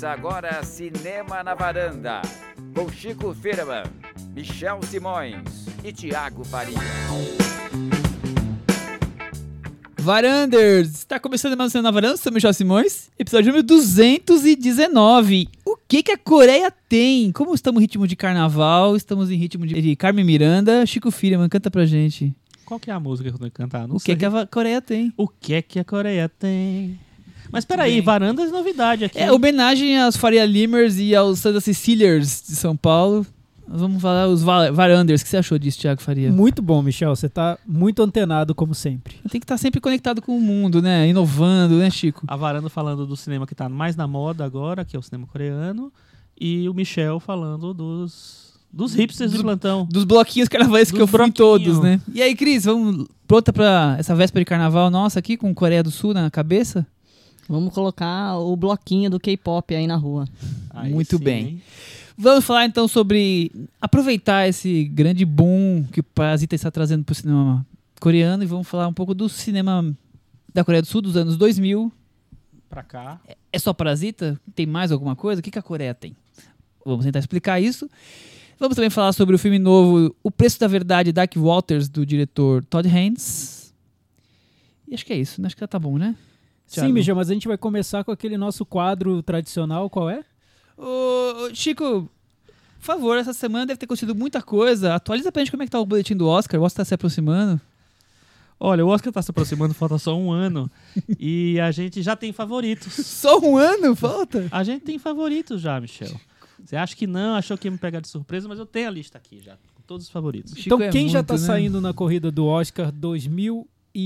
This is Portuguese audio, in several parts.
Começa agora Cinema na Varanda, com Chico Firman, Michel Simões e Thiago Faria. Varanders! Está começando mais um Cinema na Varanda, sou Michel Simões, episódio número 219. O que a Coreia tem? Como estamos em ritmo de carnaval, estamos em ritmo de Carmen Miranda. Chico Firman, canta pra gente. Qual que é a música que eu tenho que cantar? Não O sei. que a Coreia tem? O que a Coreia tem? Mas peraí, Varandas é novidade aqui. É homenagem aos Faria Limers e aos Santa Ceciliers de São Paulo. Nós vamos falar os Varanders. O que você achou disso, Thiago Faria? Muito bom, Michel. Você tá muito antenado, como sempre. Tem que estar sempre conectado com o mundo, né? Inovando, né, Chico? A Varanda falando do cinema que tá mais na moda agora, que é o cinema coreano. E o Michel falando dos hipsters de plantão. Dos bloquinhos carnavalescos que eu fui em bloquinho. todos, né? E aí, Cris, vamos pronta pra essa véspera de carnaval nossa aqui, com Coreia do Sul na cabeça? Vamos colocar o bloquinho do K-pop aí na rua. Aí Muito sim, bem. hein? Vamos falar então sobre aproveitar esse grande boom que o Parasita está trazendo pro cinema coreano e vamos falar um pouco do cinema da Coreia do Sul dos anos 2000. Pra cá. É só Parasita? Tem mais alguma coisa? O que a Coreia tem? Vamos tentar explicar isso. Vamos também falar sobre o filme novo O Preço da Verdade, Dark Waters, do diretor Todd Haynes. E acho que é isso, né? Acho que já tá bom, né? Thiago? Sim, Michel, mas a gente vai começar com aquele nosso quadro tradicional, qual é? Ô, Chico, por favor, essa semana deve ter acontecido muita coisa. Atualiza pra gente como é que tá o boletim do Oscar. O Oscar tá se aproximando. Olha, o Oscar tá se aproximando, falta só um ano. E a gente já tem favoritos. Só um ano falta? A gente tem favoritos já, Michel. Você acha que não, achou que ia me pegar de surpresa, mas eu tenho a lista aqui já, com todos os favoritos. Chico Então, é quem já muito, tá né? saindo na corrida do Oscar 2021?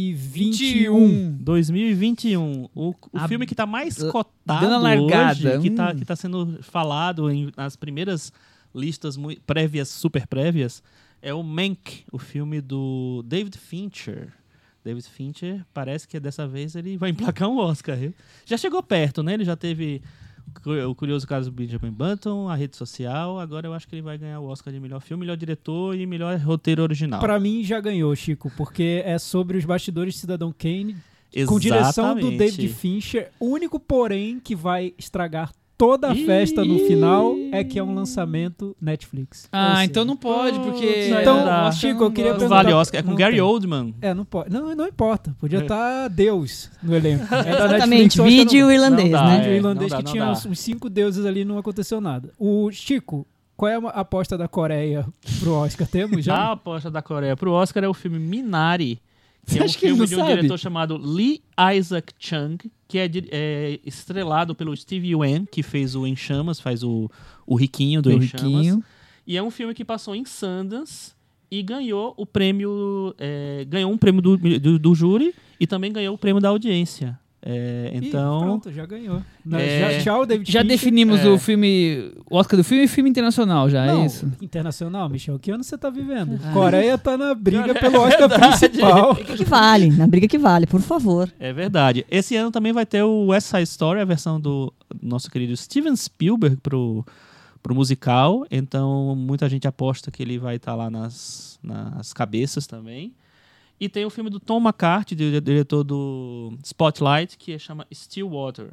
2021. O filme que tá mais cotado dando a largada. hoje, que tá sendo falado nas primeiras listas prévias, super prévias, é o Mank, o filme do David Fincher. David Fincher parece que dessa vez ele vai emplacar um Oscar. Viu? Já chegou perto, né? Ele já teve o Curioso Caso do Benjamin Button, a Rede Social. Agora eu acho que ele vai ganhar o Oscar de melhor filme, melhor diretor e melhor roteiro original. Pra mim já ganhou, Chico, porque é sobre os bastidores de Cidadão Kane, com direção do David Fincher. O único, porém, que vai estragar toda a festa no final é que é um lançamento Netflix. Ou seja, Então não pode, porque... Então, Oscar Chico, não eu queria gosta. Não vale perguntar- Oscar, é com não Gary tem. Oldman. Não pode. Não importa. Podia estar Deus no elenco. É da Exatamente, Netflix, eu acho que vídeo não- irlandês, Não dá, né? Vídeo irlandês não dá, que não tinha dá. uns 5 deuses ali e não aconteceu nada. O Chico, qual é a aposta da Coreia pro Oscar? Temos já? A aposta da Coreia pro Oscar é o filme Minari, que Você é um acha que ele filme não de um sabe? diretor chamado Lee Isaac Chung, que é estrelado pelo Steve Yeun, que fez o Em Chamas, faz o Riquinho do Do Em Riquinho. Chamas. E é um filme que passou em Sundance e ganhou o prêmio, ganhou um prêmio do júri e também ganhou o prêmio da audiência. Então, Pronto, já ganhou. É, Tchau, David Já Fincher. definimos o filme, o Oscar do filme e filme internacional, já Não, é isso? internacional, Michel, que ano você tá vivendo? Coreia tá na briga pelo Oscar verdade. principal. Briga que vale, na briga que vale, por favor. é verdade. Esse ano também vai ter o West Side Story, a versão do nosso querido Steven Spielberg pro musical. Então, muita gente aposta que ele vai estar lá nas cabeças também. E tem o filme do Tom McCarthy, diretor do Spotlight, que chama Stillwater.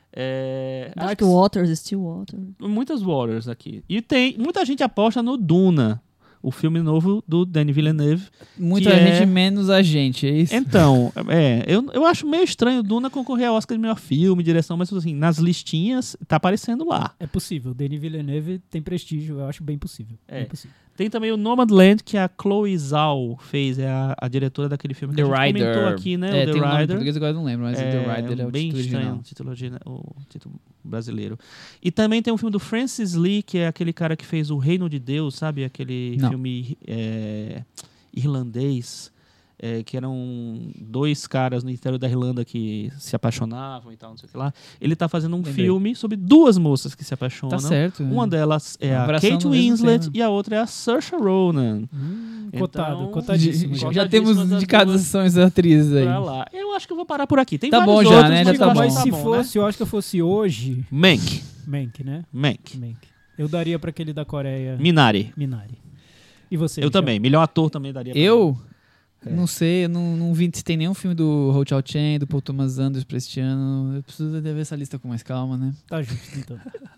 Acho Dark que Waters, Still Water. muitas waters aqui. E tem muita gente aposta no Duna, o filme novo do Denis Villeneuve. Muita que gente é- menos a gente, é isso? Então, eu acho meio estranho o Duna concorrer ao Oscar de melhor filme, direção, mas assim, nas listinhas tá aparecendo lá. É possível, Denis Villeneuve tem prestígio, eu acho bem possível. É. Bem possível. Tem também o Nomadland, que a Chloe Zhao fez, é a diretora daquele filme que The a gente Rider. comentou aqui, né? o tem The um nome em Rider. português, agora eu não lembro, mas o The Rider é o bem título estranho original. o título brasileiro. E também tem um filme do Francis Lee, que é aquele cara que fez O Reino de Deus, sabe? Aquele Não. filme irlandês, que eram dois caras no interior da Irlanda que se apaixonavam e tal, não sei o que lá. Ele tá fazendo um Lembrei. filme sobre duas moças que se apaixonam. Tá certo. Uma delas é a Abração Kate no mesmo Winslet tema. e a outra é a Saoirse Ronan. Cotadíssimo. Cotadíssimo Já temos as indicações atrizes aí. Pra lá. Eu acho que eu vou parar por aqui. Tem Tá vários bom já, outros, né? mas Já eu tá acho bom. que Mas se bom, né? fosse, o Oscar fosse hoje, Mank. Mank, né? Mank. Mank. Eu daria pra aquele da Coreia, Minari. Minari. E você, Eu Michel? também. Melhor ator também daria pra Eu? Não sei, eu não vi se tem nenhum filme do Ho Chao Chen, do Paul Thomas Anderson pra este ano. Eu preciso ver essa lista com mais calma, né? Tá justo, então.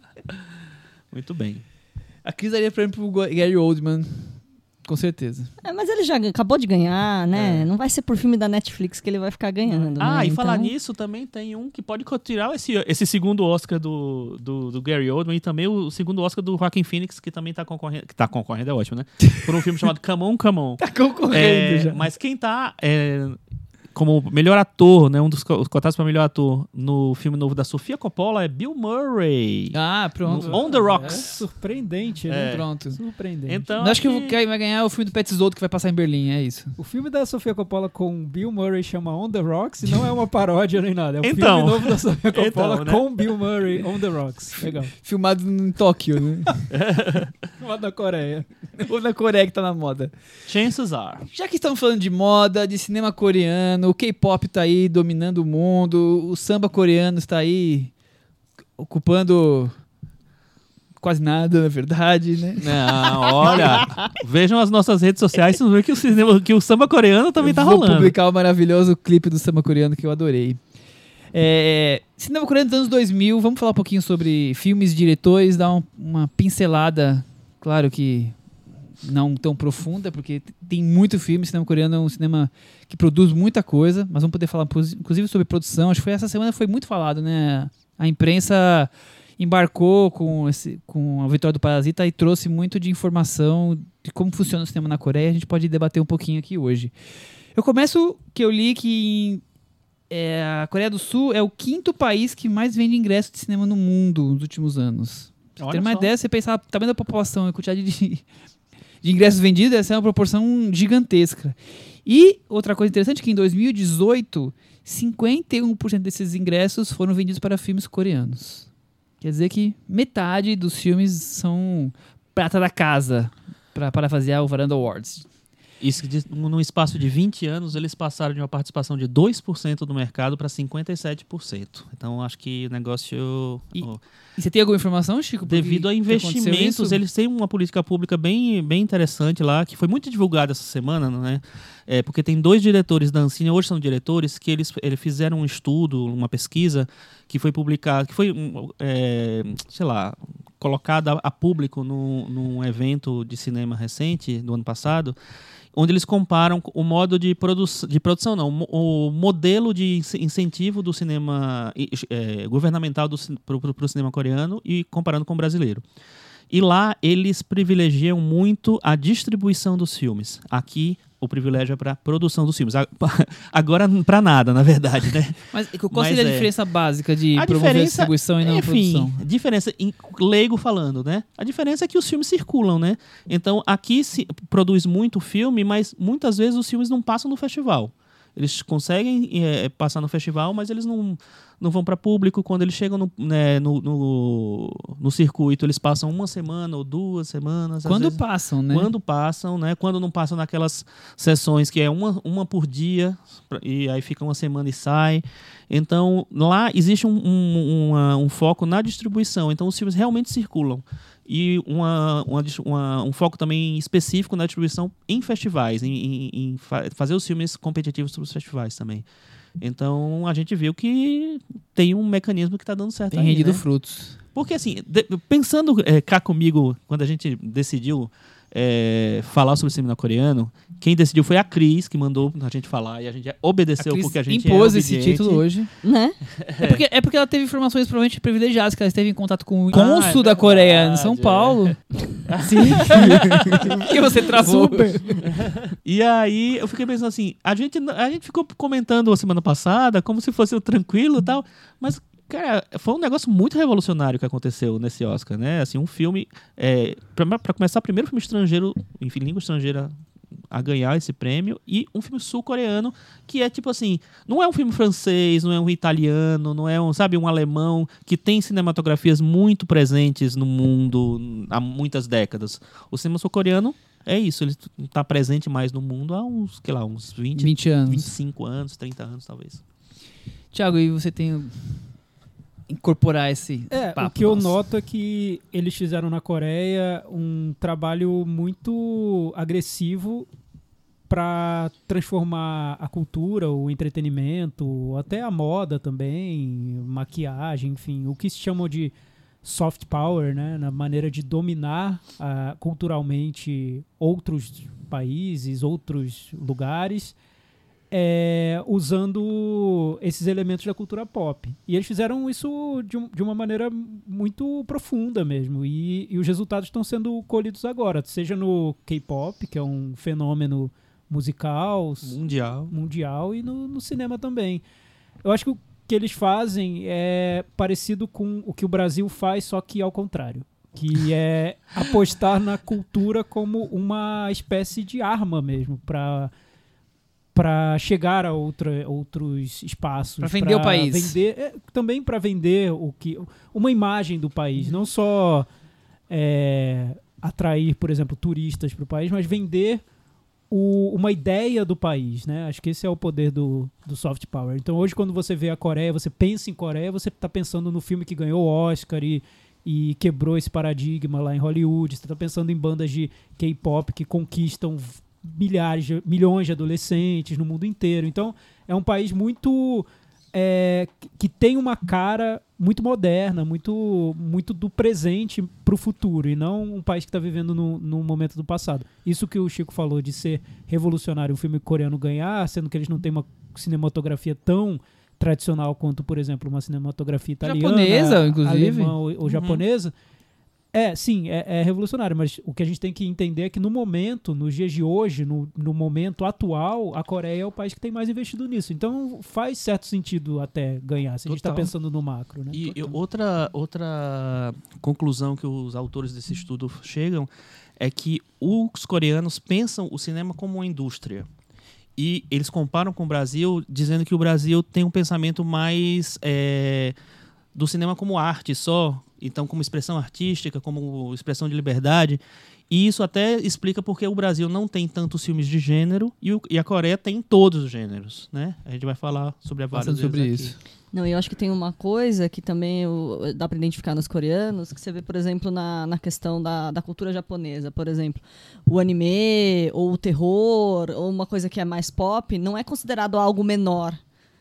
Muito bem. A Cris daria prêmio pro Gary Oldman, com certeza. Mas ele já acabou de ganhar, né? Não vai ser por filme da Netflix que ele vai ficar ganhando. Ah, né? e falar nisso, também tem um que pode tirar esse segundo Oscar do Gary Oldman e também o segundo Oscar do Joaquin Phoenix, que também tá concorrendo. Que tá concorrendo, é ótimo, né? Por um filme chamado Come On, Come On. Tá concorrendo já. Mas quem tá como melhor ator, né? Um dos cotados para melhor ator no filme novo da Sofia Coppola é Bill Murray. Ah, pronto. On the Rocks. Surpreendente, né? Pronto. Surpreendente. Então, Eu acho que quem vai ganhar é o filme do Pat Szold que vai passar em Berlim, é isso. O filme da Sofia Coppola com Bill Murray chama On the Rocks e não é uma paródia nem nada. É o Então. filme novo da Sofia Coppola Então, né? com Bill Murray On the Rocks. Legal. Filmado em Tóquio, né? Lá da Coreia. Ou na Coreia que tá na moda. Chances are. Já que estamos falando de moda, de cinema coreano, o K-pop tá aí dominando o mundo, o samba coreano está aí ocupando quase nada, na verdade, né? Não, olha, vejam as nossas redes sociais, vocês vão ver que o samba coreano também tá Eu vou rolando. publicar o maravilhoso clipe do samba coreano que eu adorei. Cinema coreano dos anos 2000, vamos falar um pouquinho sobre filmes, diretores, dar uma pincelada, claro que não tão profunda, porque tem muito filme. Cinema coreano é um cinema que produz muita coisa, mas vamos poder falar inclusive sobre produção. Acho que essa semana foi muito falado, né? A imprensa embarcou com a vitória do Parasita e trouxe muito de informação de como funciona o cinema na Coreia. A gente pode debater um pouquinho aqui hoje. Eu começo que eu li que a Coreia do Sul é o 5º país que mais vende ingressos de cinema no mundo nos últimos anos. Pra ter uma ideia, você pensar o tamanho da população e a quantidade de ingressos vendidos, essa é uma proporção gigantesca. E outra coisa interessante é que em 2018, 51% desses ingressos foram vendidos para filmes coreanos. Quer dizer que metade dos filmes são prata da casa, para parafrasear o Varanda Awards. Isso, num espaço de 20 anos, eles passaram de uma participação de 2% do mercado para 57%. Então, acho que o negócio... E você tem alguma informação, Chico? Devido a investimentos, eles têm uma política pública bem interessante lá, que foi muito divulgada essa semana, né? Porque tem 2 diretores da Ancine, hoje são diretores, que eles fizeram um estudo, uma pesquisa, que foi publicada, que foi, colocada a público num evento de cinema recente, do ano passado, onde eles comparam o modo de produção, o modelo de incentivo do cinema governamental para o cinema coreano e comparando com o brasileiro. E lá eles privilegiam muito a distribuição dos filmes. Aqui o privilégio é para a produção dos filmes. Agora para nada, na verdade, né? Mas qual seria a diferença básica de promover a distribuição e não a produção? Diferença, em leigo falando, né? A diferença é que os filmes circulam, né? Então aqui se produz muito filme, mas muitas vezes os filmes não passam no festival. Eles conseguem passar no festival, mas eles não vão para público. Quando eles chegam no circuito, eles passam 1 semana ou 2 semanas. Quando vezes, passam, né? Quando passam, né? Quando não passam naquelas sessões que é uma por dia, e aí fica 1 semana e sai. Então, lá existe um foco na distribuição. Então, os filmes realmente circulam. E um foco também específico na distribuição em festivais, em fazer os filmes competitivos para os festivais também. Então, a gente viu que tem um mecanismo que está dando certo. Tem rendido frutos. Porque, assim, pensando cá comigo, quando a gente decidiu falar sobre o cinema coreano, quem decidiu foi a Cris, que mandou a gente falar, e a gente obedeceu porque a gente impôs esse título hoje. Né? É porque ela teve informações provavelmente privilegiadas, que ela esteve em contato com o cônsul da Coreia em São Paulo. Sim. E você travou. Super. E aí eu fiquei pensando assim, a gente ficou comentando a semana passada como se fosse tranquilo e tal, mas cara, foi um negócio muito revolucionário que aconteceu nesse Oscar, né? Assim, um filme, pra começar, primeiro filme estrangeiro, enfim, língua estrangeira a ganhar esse prêmio, e um filme sul-coreano que é tipo assim, não é um filme francês, não é um italiano, não é um alemão, que tem cinematografias muito presentes no mundo há muitas décadas. O cinema sul-coreano é isso, ele está presente mais no mundo há uns 20 anos. 25 anos, 30 anos talvez. Thiago, e você tem incorporar esse papo? O que eu noto é que eles fizeram na Coreia um trabalho muito agressivo para transformar a cultura, o entretenimento, até a moda também, maquiagem, enfim, o que se chama de soft power, né, na maneira de dominar culturalmente outros países, outros lugares, usando esses elementos da cultura pop. E eles fizeram isso de uma maneira muito profunda mesmo. E os resultados estão sendo colhidos agora, seja no K-pop, que é um fenômeno musical mundial e no cinema também. Eu acho que o que eles fazem é parecido com o que o Brasil faz, só que ao contrário. Que é apostar na cultura como uma espécie de arma mesmo, para chegar a outros espaços. Para vender o país. Também para vender uma imagem do país. Não só atrair, por exemplo, turistas para o país, mas vender uma ideia do país, né? Acho que esse é o poder do soft power. Então hoje, quando você vê a Coreia, você pensa em Coreia, você está pensando no filme que ganhou o Oscar e quebrou esse paradigma lá em Hollywood. Você está pensando em bandas de K-pop que conquistam milhões de adolescentes no mundo inteiro. Então, é um país muito que tem uma cara muito moderna, muito do presente para o futuro, e não um país que está vivendo no momento do passado. Isso que o Chico falou de ser revolucionário, um filme coreano ganhar, sendo que eles não têm uma cinematografia tão tradicional quanto, por exemplo, uma cinematografia italiana, japonesa, inclusive, alemã ou japonesa. Sim, é revolucionário, mas o que a gente tem que entender é que no momento, nos dias de hoje, no momento atual, a Coreia é o país que tem mais investido nisso. Então faz certo sentido até ganhar, se a gente está pensando no macro. Né? E outra conclusão que os autores desse estudo chegam é que os coreanos pensam o cinema como uma indústria. E eles comparam com o Brasil, dizendo que o Brasil tem um pensamento mais do cinema como arte só, então como expressão artística, como expressão de liberdade. E isso até explica porque o Brasil não tem tantos filmes de gênero e a Coreia tem todos os gêneros, né? A gente vai falar sobre isso. Não, eu acho que tem uma coisa que também dá para identificar nos coreanos, que você vê, por exemplo, na questão da cultura japonesa, por exemplo, o anime ou o terror ou uma coisa que é mais pop não é considerado algo menor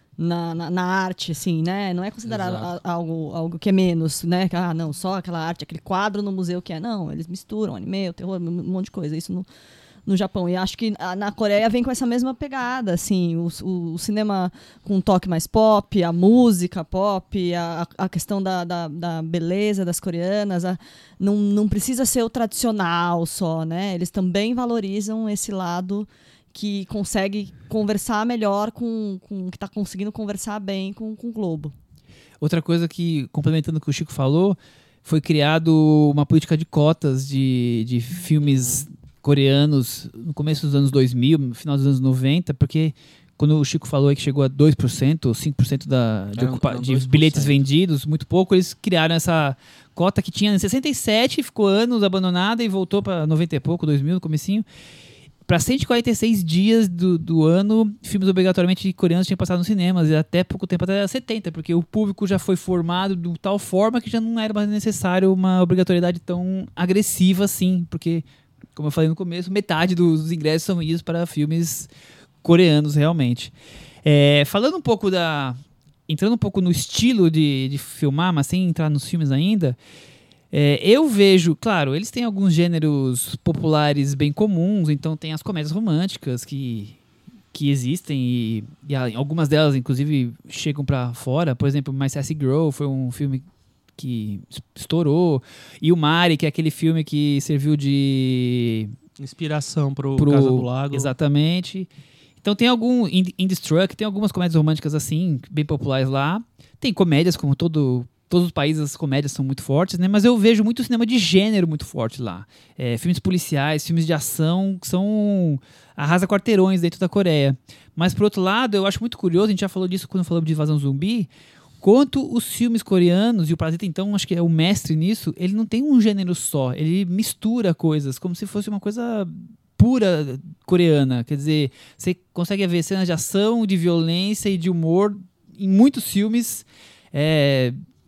na arte, assim, né? Não é considerado algo que é menos, né? Não, só aquela arte, aquele quadro no museu que é. Não, eles misturam anime, o terror, um monte de coisa. Isso no Japão. E acho que na Coreia vem com essa mesma pegada, assim, o cinema com um toque mais pop, a música pop, a questão da beleza das coreanas, não precisa ser o tradicional só, né? Eles também valorizam esse lado que consegue conversar melhor que está conseguindo conversar bem com o Globo. Outra coisa que, complementando o que o Chico falou, foi criado uma política de cotas de filmes coreanos no começo dos anos 2000, no final dos anos 90, porque quando o Chico falou que chegou a 2% ou 5% de bilhetes vendidos, muito pouco, eles criaram essa cota que tinha em 67, ficou anos abandonada e voltou para 90 e pouco, 2000, no comecinho. Para 146 dias do ano, filmes obrigatoriamente coreanos tinham passado nos cinemas, e até pouco tempo, até 70, porque o público já foi formado de tal forma que já não era mais necessário uma obrigatoriedade tão agressiva assim, porque, como eu falei no começo, metade dos ingressos são idos para filmes coreanos, realmente. Falando um pouco entrando um pouco no estilo de filmar, mas sem entrar nos filmes ainda, eu vejo, claro, eles têm alguns gêneros populares bem comuns, então tem as comédias românticas que existem e algumas delas, inclusive, chegam pra fora. Por exemplo, My Sassy Girl foi um filme que estourou, e o Mari, que é aquele filme que serviu de inspiração pro Casa do Lago. Exatamente. Então tem Indstruct, tem algumas comédias românticas assim, bem populares lá. Tem comédias, como todos os países, as comédias são muito fortes, né? Mas eu vejo muito cinema de gênero muito forte lá. Filmes policiais, filmes de ação, que são arrasa-quarteirões dentro da Coreia. Mas, por outro lado, eu acho muito curioso, a gente já falou disso quando falamos de Invasão Zumbi, quanto os filmes coreanos, e o Parasita, então, acho que é o mestre nisso, ele não tem um gênero só, ele mistura coisas, como se fosse uma coisa pura coreana. Quer dizer, você consegue ver cenas de ação, de violência e de humor em muitos filmes,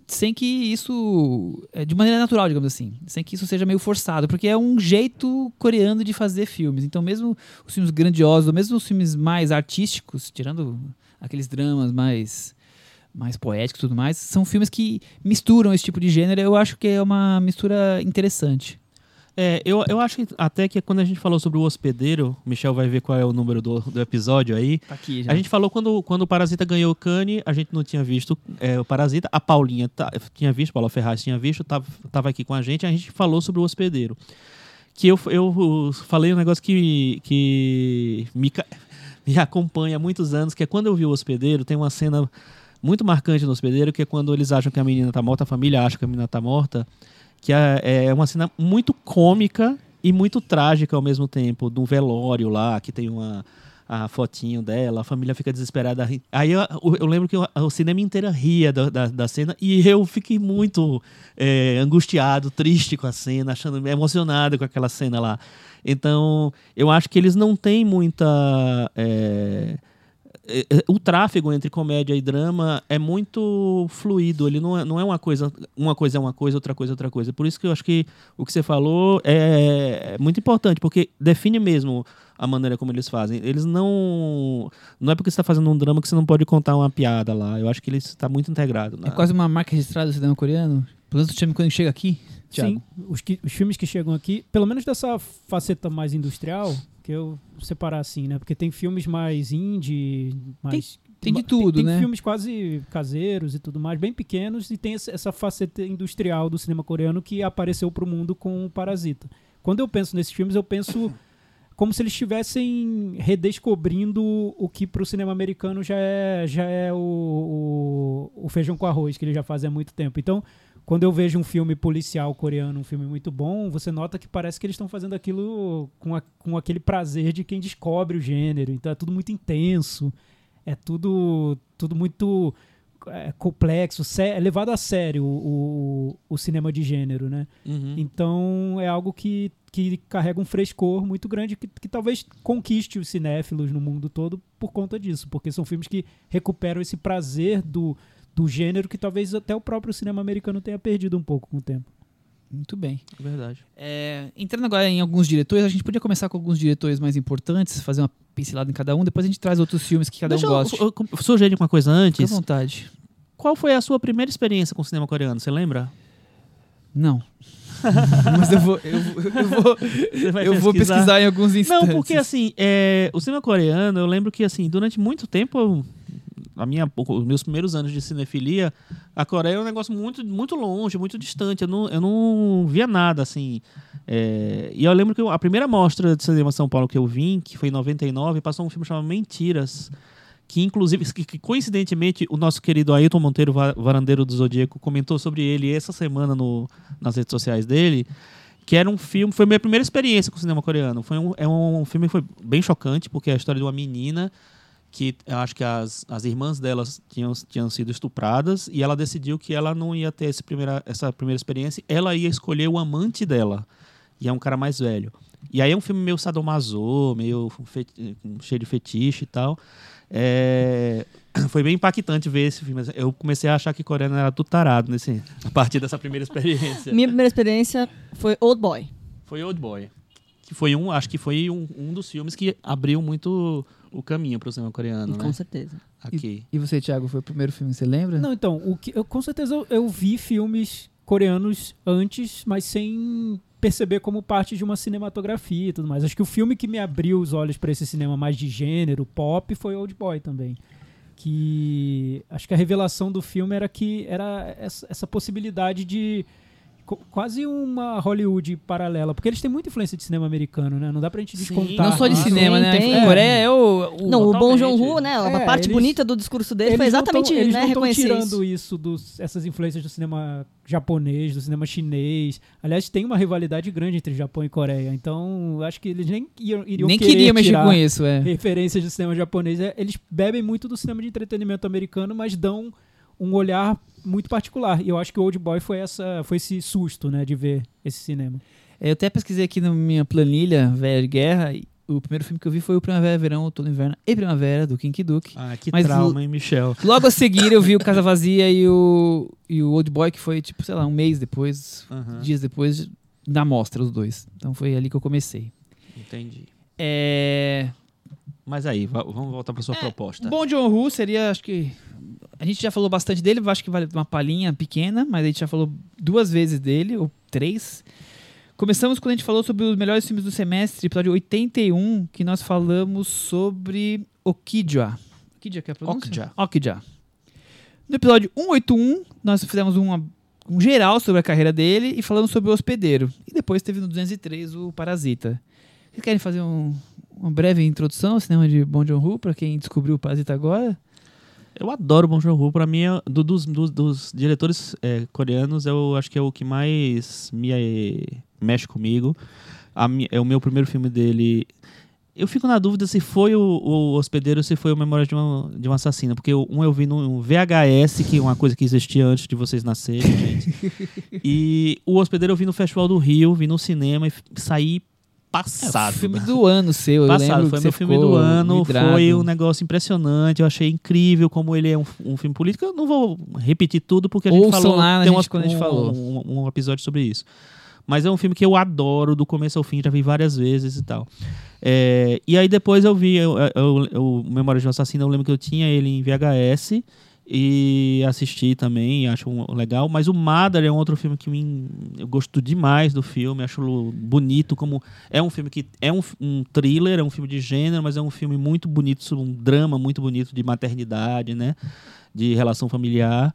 sem que isso, de maneira natural, digamos assim, sem que isso seja meio forçado, porque é um jeito coreano de fazer filmes. Então mesmo os filmes grandiosos, mesmo os filmes mais artísticos, tirando aqueles dramas mais poéticos e tudo mais, são filmes que misturam esse tipo de gênero. Eu acho que é uma mistura interessante. Eu acho que até que quando a gente falou sobre o Hospedeiro, o Michel vai ver qual é o número do episódio aí. Tá aqui já. A gente falou quando o Parasita ganhou o Cannes, a gente não tinha visto o Parasita. A Paulinha tinha visto, Paula Ferraz tinha visto, tava aqui com a gente falou sobre o Hospedeiro. Que eu falei um negócio que me acompanha há muitos anos, que é quando eu vi o Hospedeiro, tem uma cena muito marcante no Hospedeiro, que é quando eles acham que a menina tá morta, a família acha que a menina tá morta, que é uma cena muito cômica e muito trágica ao mesmo tempo, de um velório lá, que tem a fotinho dela, a família fica desesperada. Aí eu lembro que o cinema inteiro ria da cena, e eu fiquei muito angustiado, triste com a cena, emocionado com aquela cena lá. Então, eu acho que eles não têm muita... o tráfego entre comédia e drama é muito fluido, ele não é uma coisa é uma coisa, outra coisa é outra coisa. Por isso que eu acho que o que você falou é muito importante, porque define mesmo a maneira como eles fazem. Eles não é porque você está fazendo um drama que você não pode contar uma piada lá. Eu acho que ele está muito integrado. É quase uma marca registrada do cinema coreano. Pelo menos o filme quando chega aqui, Thiago. Sim, os filmes que chegam aqui, pelo menos dessa faceta mais industrial, que eu separar assim, né? Porque tem filmes mais indie, mais... Tem de tudo, tem né? Tem filmes quase caseiros e tudo mais, bem pequenos, e tem essa faceta industrial do cinema coreano que apareceu pro mundo com o Parasita. Quando eu penso nesses filmes, eu penso como se eles estivessem redescobrindo o que pro cinema americano já é o feijão com arroz, que eles já fazem há muito tempo. Então, quando eu vejo um filme policial coreano, um filme muito bom, você nota que parece que eles estão fazendo aquilo com aquele prazer de quem descobre o gênero. Então é tudo muito intenso, é tudo muito complexo, é levado a sério o cinema de gênero, né? Uhum. Então é algo que carrega um frescor muito grande que talvez conquiste os cinéfilos no mundo todo por conta disso, porque são filmes que recuperam esse prazer do gênero que talvez até o próprio cinema americano tenha perdido um pouco com o tempo. Muito bem. É verdade. Entrando agora em alguns diretores, a gente podia começar com alguns diretores mais importantes, fazer uma pincelada em cada um, depois a gente traz outros filmes que cada um gosta. Eu sugeri uma coisa antes. Fique à vontade. Qual foi a sua primeira experiência com o cinema coreano? Você lembra? Não. Mas eu vou pesquisar em alguns instantes. Não, porque assim, o cinema coreano, eu lembro que assim, durante muito tempo... Os meus primeiros anos de cinefilia, a Coreia é um negócio muito, muito longe, muito distante. Eu não via nada, assim. E eu lembro que a primeira mostra de cinema São Paulo que eu vim, que foi em 99, passou um filme chamado Mentiras, que inclusive, que coincidentemente, o nosso querido Ailton Monteiro, Varandeiro do Zodíaco, comentou sobre ele essa semana nas redes sociais dele, que era um filme, foi a minha primeira experiência com o cinema coreano. Um filme que foi bem chocante, porque é a história de uma menina que eu acho que as irmãs delas tinham sido estupradas, e ela decidiu que ela não ia ter essa primeira experiência, ela ia escolher o amante dela, e é um cara mais velho. E aí é um filme meio sadomaso, meio cheio de fetiche e tal. Foi bem impactante ver esse filme. Eu comecei a achar que coreano era tudo tarado a partir dessa primeira experiência. Minha primeira experiência foi Old Boy. Foi Old Boy. Que foi acho que foi um dos filmes que abriu muito o caminho para o cinema coreano, Com né? certeza. Aqui. E você, Thiago, foi o primeiro filme que você lembra? Não, então, com certeza eu vi filmes coreanos antes, mas sem perceber como parte de uma cinematografia e tudo mais. Acho que o filme que me abriu os olhos para esse cinema mais de gênero, pop, foi Old Boy também. Que acho que a revelação do filme era que era essa possibilidade de quase uma Hollywood paralela, porque eles têm muita influência de cinema americano, né? Não dá pra gente descontar. Não só de cinema, né? Tem. A Coreia é o Bong Joon-ho, né? A parte bonita do discurso dele foi exatamente eles não reconhecer tirando isso essas influências do cinema japonês, do cinema chinês. Aliás, tem uma rivalidade grande entre Japão e Coreia, então acho que eles nem queriam mexer com isso, referências do cinema japonês. Eles bebem muito do cinema de entretenimento americano, mas dão um olhar muito particular. E eu acho que o Old Boy foi esse susto, né, de ver esse cinema. Eu até pesquisei aqui na minha planilha Velha de Guerra O primeiro filme que eu vi foi o Primavera, Verão, Outono, Inverno e Primavera, do Kinky Duke. Ah, que Mas trauma, hein, Michel? Logo a seguir eu vi o Casa Vazia e o Old Boy, que foi, tipo, sei lá, um mês depois, dias depois da mostra, os dois. Então foi ali que eu comecei. Entendi. É... Mas aí, vamos voltar para sua proposta. Bong Joon-ho seria, acho que... A gente já falou bastante dele, acho que vale uma palhinha pequena, mas a gente já falou 2 vezes dele, ou 3. Começamos quando a gente falou sobre os melhores filmes do semestre, episódio 81, que nós falamos sobre Okja. Okja, que é a pronúncia? Okja. No episódio 181, nós fizemos um geral sobre a carreira dele e falamos sobre o Hospedeiro. E depois teve no 203 o Parasita. Vocês querem fazer uma breve introdução ao cinema de Bong Joon-ho, para quem descobriu o Parasita agora? Eu adoro Bong Joon-ho. Para mim, dos diretores coreanos, eu acho que é o que mais mexe comigo. É o meu primeiro filme dele. Eu fico na dúvida se foi o Hospedeiro ou se foi o Memória de uma Assassina, porque eu vi no VHS, que é uma coisa que existia antes de vocês nascerem, gente. E o Hospedeiro eu vi no Festival do Rio, vi no cinema e saí passado. É o filme do ano seu, eu lembro. Foi meu filme do ano, vidrado. Foi um negócio impressionante, eu achei incrível como ele é um filme político. Eu não vou repetir tudo, porque a gente falou, quando a gente falou um episódio sobre isso. Mas é um filme que eu adoro, do começo ao fim, já vi várias vezes e tal. E aí depois eu vi o Memória de um Assassino, eu lembro que eu tinha ele em VHS e assisti também, acho legal. Mas o Mother é um outro filme que eu gosto demais do filme, acho bonito, como é um filme que é um thriller, é um filme de gênero, mas é um filme muito bonito, um drama muito bonito de maternidade, né? De relação familiar.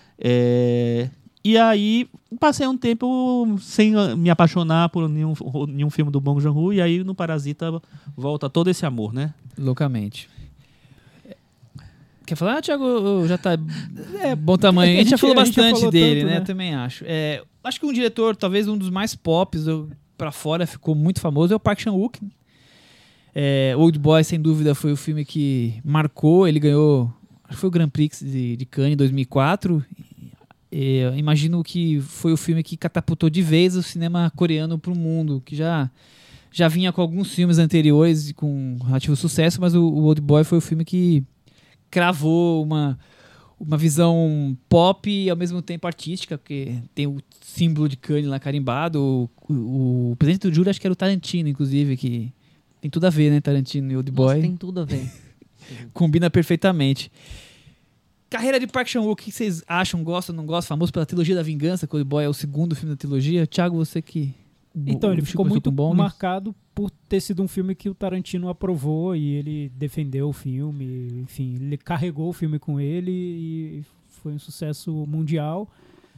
E aí, passei um tempo sem me apaixonar por nenhum filme do Bong Joon-ho, e aí no Parasita volta todo esse amor, né? Loucamente. Quer falar, Thiago? Já tá bom tamanho. A gente já falou bastante dele, tanto, né? Também acho. Acho que um diretor, talvez um dos mais pops pra fora, ficou muito famoso, é o Park Chan-wook. Old Boy, sem dúvida, foi o filme que marcou. Ele ganhou, acho que foi o Grand Prix de Cannes em 2004. Imagino que foi o filme que catapultou de vez o cinema coreano para o mundo, que já vinha com alguns filmes anteriores com relativo sucesso, mas o Old Boy foi o filme que cravou uma visão pop e ao mesmo tempo artística, porque tem o símbolo de Cannes lá carimbado. O presidente do júri, acho que era o Tarantino, inclusive, que tem tudo a ver, né? Tarantino e Old Boy. Nossa, tem tudo a ver. Combina perfeitamente. Carreira de Park Chan-wook, o que vocês acham? Gostam, não gostam? Famoso pela trilogia da vingança, que o Old Boy é o segundo filme da trilogia. Thiago, você que... Então, ele ficou muito marcado por ter sido um filme que o Tarantino aprovou e ele defendeu o filme. Enfim, ele carregou o filme com ele e foi um sucesso mundial.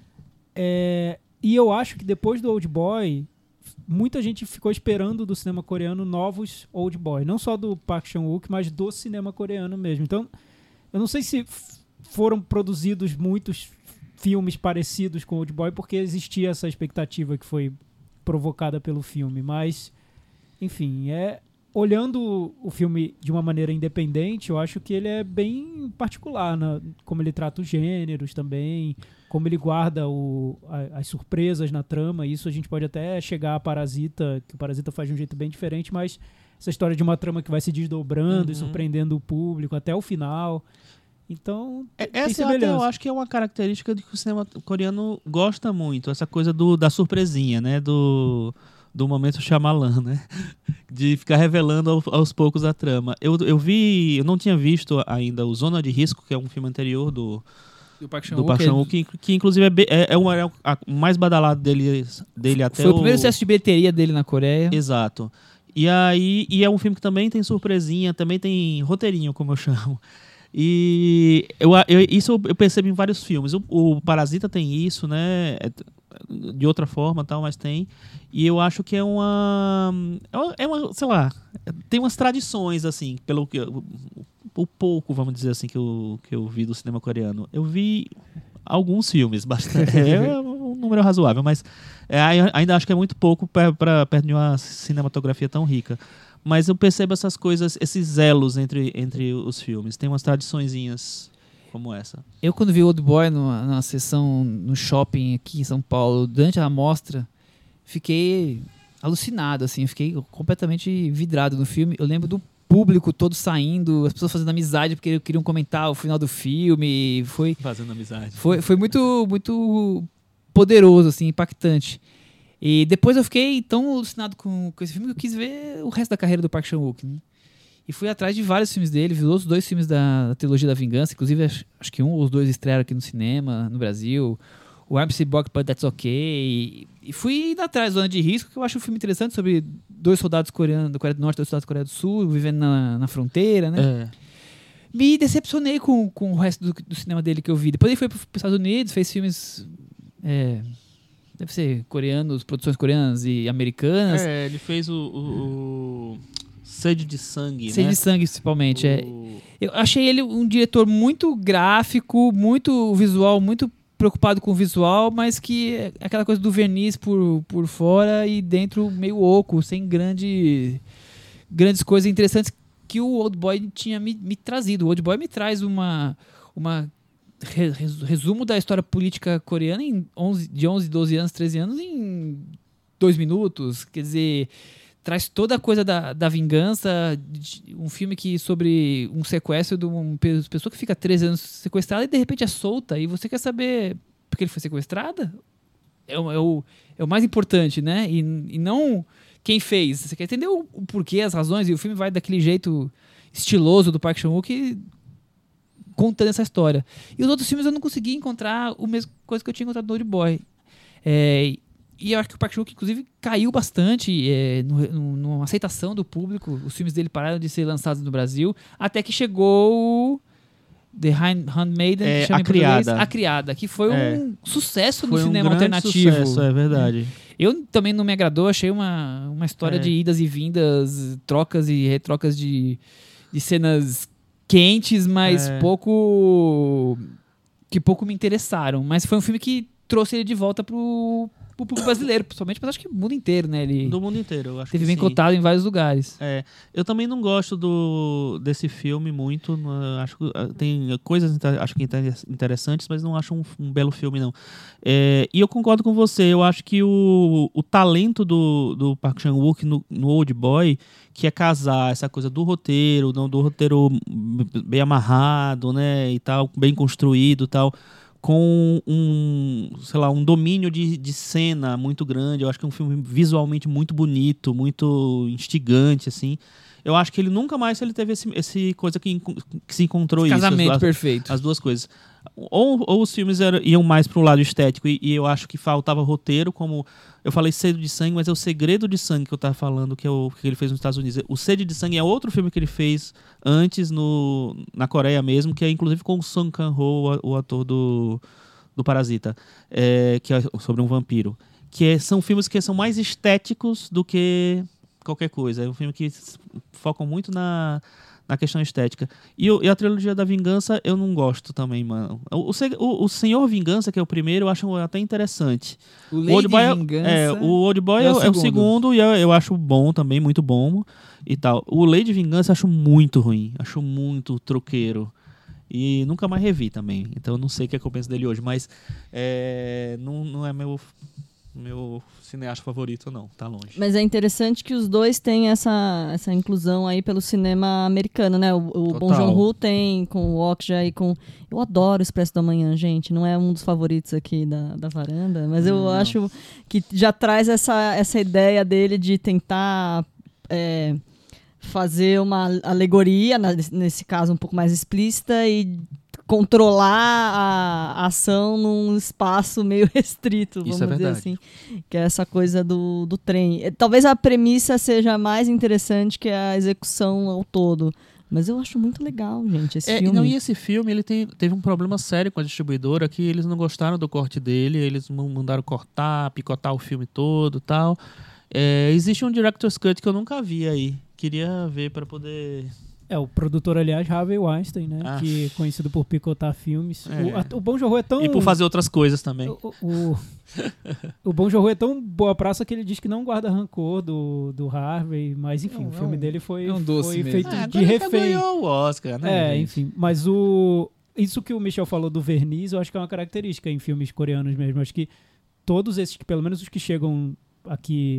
E eu acho que depois do Old Boy, muita gente ficou esperando do cinema coreano novos Old Boy. Não só do Park Chan-wook, mas do cinema coreano mesmo. Então, eu não sei se foram produzidos muitos filmes parecidos com Old Boy, porque existia essa expectativa que foi provocada pelo filme, mas enfim, olhando o filme de uma maneira independente, eu acho que ele é bem particular, como ele trata os gêneros também, como ele guarda as surpresas na trama. Isso a gente pode até chegar a Parasita, que o Parasita faz de um jeito bem diferente, mas essa história de uma trama que vai se desdobrando e surpreendendo o público até o final. Então, essa eu acho que é uma característica de que o cinema coreano gosta muito, essa coisa da surpresinha, né? Do momento Shyamalan, né? De ficar revelando aos poucos a trama. Eu não tinha visto ainda o Zona de Risco, que é um filme anterior do Park Chan-wook, que inclusive é o mais badalado dele até foi o primeiro sucesso de bilheteria dele na Coreia. Exato. E é um filme que também tem surpresinha, também tem roteirinho, como eu chamo. E isso eu percebo em vários filmes. O Parasita tem isso, né? De outra forma, tal, mas tem. E eu acho que é uma sei lá, tem umas tradições, assim, pelo que o pouco, vamos dizer assim, que eu vi do cinema coreano. Eu vi alguns filmes, bastante. É um número razoável, mas ainda acho que é muito pouco perto de uma cinematografia tão rica. Mas eu percebo essas coisas, esses elos entre os filmes. Tem umas tradiçõezinhas como essa. Eu, quando vi Old Boy numa sessão no shopping aqui em São Paulo, durante a mostra, fiquei alucinado, assim. Eu fiquei completamente vidrado no filme. Eu lembro do público todo saindo, as pessoas fazendo amizade porque queriam comentar o final do filme. Fazendo amizade. Foi muito, muito poderoso, assim, impactante. E depois eu fiquei tão alucinado com esse filme que eu quis ver o resto da carreira do Park Chan-wook, né? E fui atrás de vários filmes dele, vi os 2 filmes da trilogia da Vingança, inclusive acho que um ou os 2 estrearam aqui no cinema, no Brasil. O I'm Cyborg, But That's Okay. E fui indo atrás do Zona de Risco, que eu acho um filme interessante sobre 2 soldados coreanos da Coreia do Norte e 2 soldados da Coreia do Sul, vivendo na fronteira, né? Me decepcionei com o resto do cinema dele que eu vi. Depois ele foi para os Estados Unidos, fez filmes... deve ser coreanos, produções coreanas e americanas. Ele fez o Sede de Sangue, Sede de Sangue, principalmente. Eu achei ele um diretor muito gráfico, muito visual, muito preocupado com o visual, mas que é aquela coisa do verniz por fora e dentro meio oco, sem grandes coisas interessantes que o Old Boy tinha me trazido. O Old Boy me traz uma resumo da história política coreana de 11, 12 anos, 13 anos em 2 minutos. Quer dizer, traz toda a coisa da vingança, um filme sobre um sequestro de uma pessoa que fica 13 anos sequestrada e de repente é solta, e você quer saber por que ele foi sequestrada? É o mais importante, né? E não quem fez. Você quer entender o porquê, as razões, e o filme vai daquele jeito estiloso do Park Chan-wook contando essa história. E os outros filmes eu não consegui encontrar a mesma coisa que eu tinha encontrado no Old Boy. E eu acho que o Park Chan-wook, inclusive, caiu bastante numa aceitação do público. Os filmes dele pararam de ser lançados no Brasil, até que chegou o The Handmaiden, que chama A Criada, que foi um sucesso no cinema alternativo. Sucesso, é verdade. Eu também não me agradou, achei uma história de idas e vindas, trocas e retrocas de cenas quentes, mas pouco me interessaram. Mas foi um filme que trouxe ele de volta pro público brasileiro, principalmente, mas acho que o mundo inteiro, né? Do mundo inteiro, eu acho teve bem cotado em vários lugares. Eu também não gosto desse filme muito. Acho que tem coisas interessantes, mas não acho um belo filme, não. E eu concordo com você. Eu acho que o talento do Park Chan-wook no Old Boy, que é casar essa coisa do roteiro bem amarrado, né, e tal, bem construído e tal, com um domínio de cena muito grande. Eu acho que é um filme visualmente muito bonito, muito instigante, assim. Eu acho que ele nunca mais teve esse coisa que se encontrou esse casamento perfeito. As duas coisas. Ou os filmes iam mais para o lado estético e eu acho que faltava roteiro, como eu falei Sede de Sangue, mas é o Segredo de Sangue que eu estava falando, que ele fez nos Estados Unidos. O Sede de Sangue é outro filme que ele fez antes na Coreia mesmo, que é inclusive com o Song Kang-ho, o ator do Parasita, que é sobre um vampiro. São filmes que são mais estéticos do que qualquer coisa. É um filme que focam muito na questão estética. E a trilogia da Vingança eu não gosto também, mano. O Senhor Vingança, que é o primeiro, eu acho até interessante. O Lady Vingança o Old Boy é o segundo e eu acho bom também, muito bom e tal. O Lady Vingança eu acho muito ruim, acho muito troqueiro. E nunca mais revi também. Então eu não sei o que é que eu penso dele hoje, mas não é meu cineasta favorito, não, tá longe. Mas é interessante que os dois têm essa inclusão aí pelo cinema americano, né? O Bong Joon-ho tem com o Okja e com... Eu adoro o Expresso da Manhã, gente. Não é um dos favoritos aqui da varanda, mas eu acho que já traz essa ideia dele de tentar fazer uma alegoria, nesse caso um pouco mais explícita, e controlar a ação num espaço meio restrito, vamos dizer assim, que é essa coisa do trem. Talvez a premissa seja mais interessante que a execução ao todo, mas eu acho muito legal, gente, esse filme. E esse filme ele teve um problema sério com a distribuidora, que eles não gostaram do corte dele, eles mandaram picotar o filme todo e tal. Existe um Director's Cut que eu nunca vi aí, queria ver para poder... O produtor, aliás, Harvey Weinstein, né? Que é conhecido por picotar filmes. O Bong Joon-ho é tão... E por fazer outras coisas também. O Bong Joon-ho é tão boa praça que ele diz que não guarda rancor do Harvey, mas enfim, o filme dele foi feito de refém. Ele ganhou o Oscar, né? Enfim, mas isso que o Michel falou do verniz, eu acho que é uma característica em filmes coreanos mesmo. Acho que todos esses, pelo menos os que chegam aqui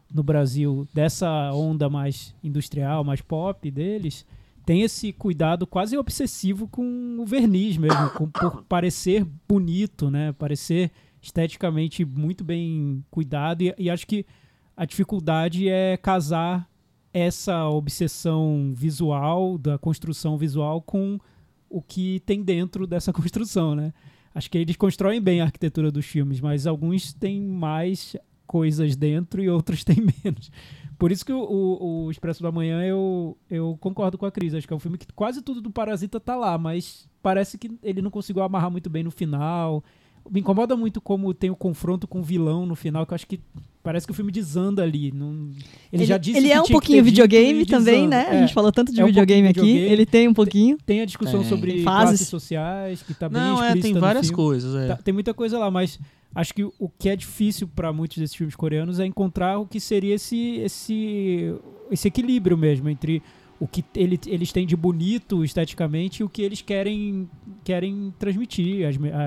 no Brasil dessa onda mais industrial, mais pop deles, tem esse cuidado quase obsessivo com o verniz mesmo, por parecer bonito, né? Parecer esteticamente muito bem cuidado, e acho que a dificuldade é casar essa obsessão visual, da construção visual, com o que tem dentro dessa construção, né? Acho que eles constroem bem a arquitetura dos filmes, mas alguns têm mais coisas dentro e outros têm menos. Por isso que o Expresso da Manhã eu concordo com a Cris. Acho que é um filme que quase tudo do Parasita tá lá, mas parece que ele não conseguiu amarrar muito bem no final. Me incomoda muito como tem o confronto com o vilão no final, que eu acho que parece que o filme desanda ali. Ele já disse ele que é um tinha pouquinho que ter videogame dito e também, desanda. né? A gente falou tanto de um videogame aqui. pouquinho videogame. Ele tem um pouquinho. Tem a discussão sobre classes sociais, que tá bem explícita tem no várias filme. coisas. Tem muita coisa lá, mas acho que o que é difícil para muitos desses filmes coreanos é encontrar o que seria esse equilíbrio mesmo entre o que eles têm de bonito esteticamente e o que eles querem transmitir,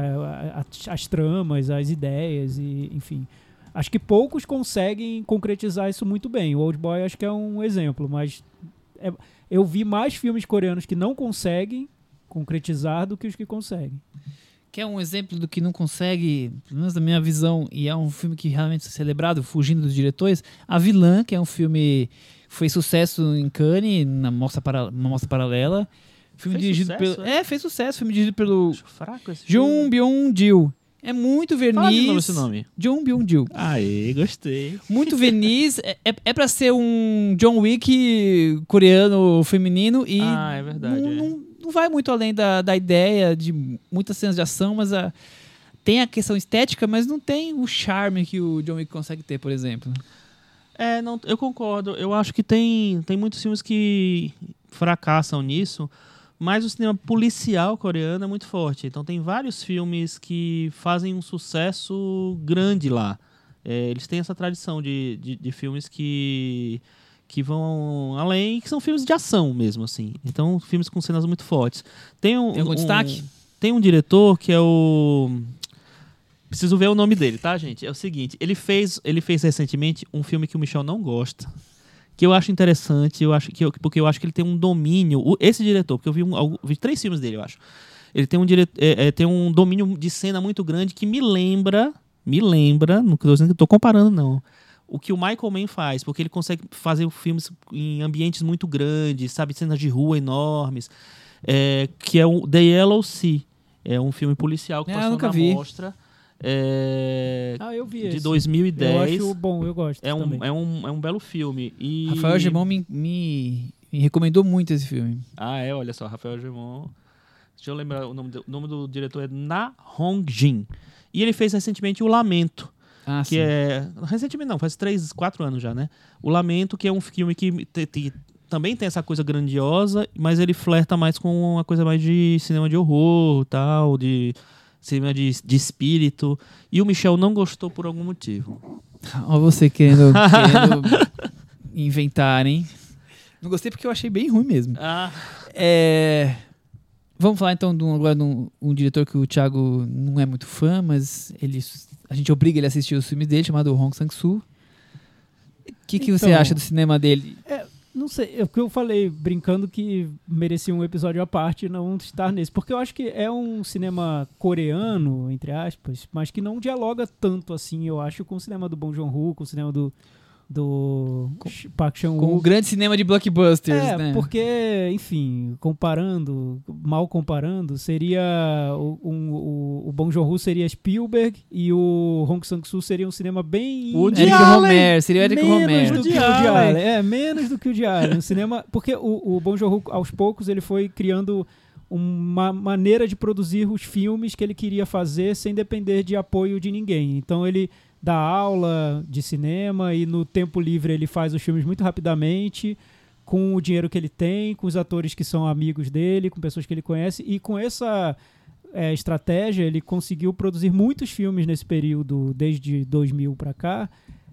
as tramas, as ideias, e enfim. Acho que poucos conseguem concretizar isso muito bem. O Oldboy acho que é um exemplo, mas eu vi mais filmes coreanos que não conseguem concretizar do que os que conseguem. Que é um exemplo do que não consegue, pelo menos na minha visão, e é um filme que realmente é celebrado, fugindo dos diretores, A Vilã, que é um filme que foi sucesso em Cannes, na mostra paralela. Filme Fez dirigido sucesso, pelo... fez sucesso. Filme dirigido pelo Acho fraco esse Jung filme. Byung-gil. É muito verniz. Fala de novo esse nome. Jung Byung-gil. Aê, gostei. Muito verniz. É pra ser um John Wick coreano feminino e É verdade. não vai muito além da ideia de muitas cenas de ação, mas tem a questão estética, mas não tem o charme que o John Wick consegue ter, por exemplo. Não, eu concordo. Eu acho que tem muitos filmes que fracassam nisso, mas o cinema policial coreano é muito forte. Então tem vários filmes que fazem um sucesso grande lá. Eles têm essa tradição de filmes que vão além, que são filmes de ação mesmo, assim. Então, filmes com cenas muito fortes. Tem algum destaque? Tem um diretor que é o... Preciso ver o nome dele, tá, gente? É o seguinte, ele fez recentemente um filme que o Michel não gosta, que eu acho interessante, porque eu acho que ele tem um domínio... Esse diretor, porque eu vi 3 filmes dele, eu acho. Ele tem tem um domínio de cena muito grande que me lembra, não estou dizendo que estou comparando, não, o que o Michael Mann faz, porque ele consegue fazer filmes em ambientes muito grandes, sabe, cenas de rua enormes, que é o The Yellow Sea. É um filme policial que passou na mostra. Eu vi de esse. 2010. Eu acho bom, eu gosto também. É um belo filme. E... Rafael Gemon me recomendou muito esse filme. Olha só, Rafael Gemon. Deixa eu lembrar, o nome do diretor é Na Hong-jin. E ele fez recentemente O Lamento. Que sim. Recentemente não, faz 3, 4 anos já, né? O Lamento, que é um filme que também tem essa coisa grandiosa, mas ele flerta mais com uma coisa mais de cinema de horror, tal, de cinema de espírito. E o Michel não gostou por algum motivo. Olha você querendo inventar, hein? Não gostei porque eu achei bem ruim mesmo. Vamos falar então agora de um diretor que o Thiago não é muito fã, mas a gente obriga ele a assistir os filmes dele, chamado Hong Sang-soo. O que você acha do cinema dele? Não sei, é porque eu falei, brincando, que merecia um episódio à parte não estar nesse. Porque eu acho que é um cinema coreano, entre aspas, mas que não dialoga tanto assim, eu acho, com o cinema do Bong Joon-ho, com o cinema do Park Chan-wook. Com o grande cinema de blockbusters, né? Porque, enfim, mal comparando, seria o Bong Joon-ho seria Spielberg e o Hong Sang-soo seria um cinema bem... Seria o Eric Romer. Menos do que o de Allen. Menos do que o de Allen. Um cinema... Porque o Bong Joon-ho, aos poucos, ele foi criando uma maneira de produzir os filmes que ele queria fazer sem depender de apoio de ninguém. Então, ele dá aula de cinema e no tempo livre ele faz os filmes muito rapidamente, com o dinheiro que ele tem, com os atores que são amigos dele, com pessoas que ele conhece, e com essa estratégia ele conseguiu produzir muitos filmes nesse período, desde 2000 para cá,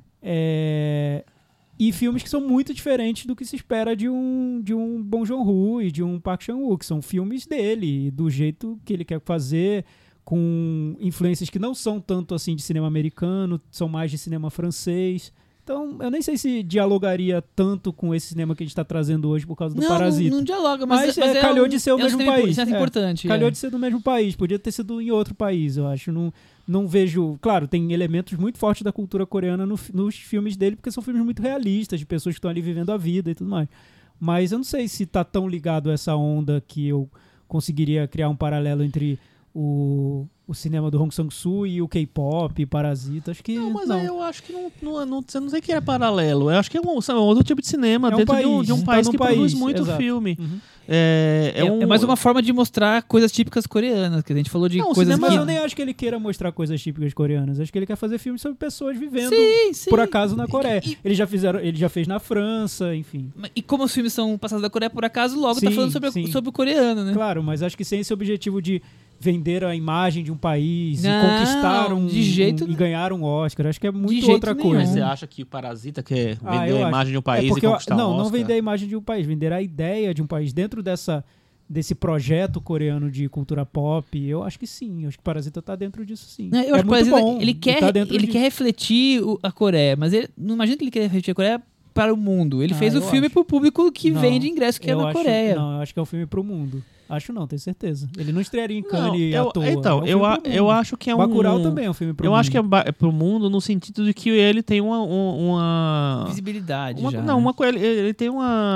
e filmes que são muito diferentes do que se espera de um Bong Joon-ho e de um Park Chan-wook. São filmes dele, do jeito que ele quer fazer, com influências que não são tanto assim de cinema americano, são mais de cinema francês. Então, eu nem sei se dialogaria tanto com esse cinema que a gente tá trazendo hoje por causa do Parasita. Não dialoga, mas calhou de ser o mesmo país. Isso é importante. Calhou de ser do mesmo país. Podia ter sido em outro país, eu acho. Não vejo... Claro, tem elementos muito fortes da cultura coreana nos filmes dele, porque são filmes muito realistas, de pessoas que estão ali vivendo a vida e tudo mais. Mas eu não sei se tá tão ligado a essa onda que eu conseguiria criar um paralelo entre o cinema do Hong Sang-soo e o K-pop, Parasita, acho que não. Aí eu acho que você não sei que é paralelo. Eu acho que é um outro tipo de cinema dentro de um país que produz muito filme. Uhum. É mais uma forma de mostrar coisas típicas coreanas, que a gente falou de coisas Mas eu nem acho que ele queira mostrar coisas típicas coreanas. Acho que ele quer fazer filmes sobre pessoas vivendo por acaso na Coreia. Ele já fez na França, enfim. E como os filmes são passados da Coreia por acaso, logo tá falando sobre o coreano, né? Claro, mas acho que sem esse objetivo de vender a imagem de um país e conquistar e ganhar um Oscar. Acho que é muito outra coisa. Mas você acha que o Parasita quer vender a imagem de um país e conquistar um Oscar? Não vender a imagem de um país, vender a ideia de um país dentro desse projeto coreano de cultura pop. Eu acho que sim, eu acho que Parasita tá dentro disso sim. Eu acho que muito bom. Ele quer refletir a Coreia, mas não imagina que ele quer refletir a Coreia para o mundo. Ele fez o filme pro público que vende ingresso, que é na Coreia. Não, eu acho que é um filme pro mundo. Acho não, tenho certeza. Ele não estrearia em Cannes à toa. Então, eu acho que é Bacurau também é um filme pro mundo. Eu acho que é pro mundo no sentido de que ele tem uma visibilidade ele tem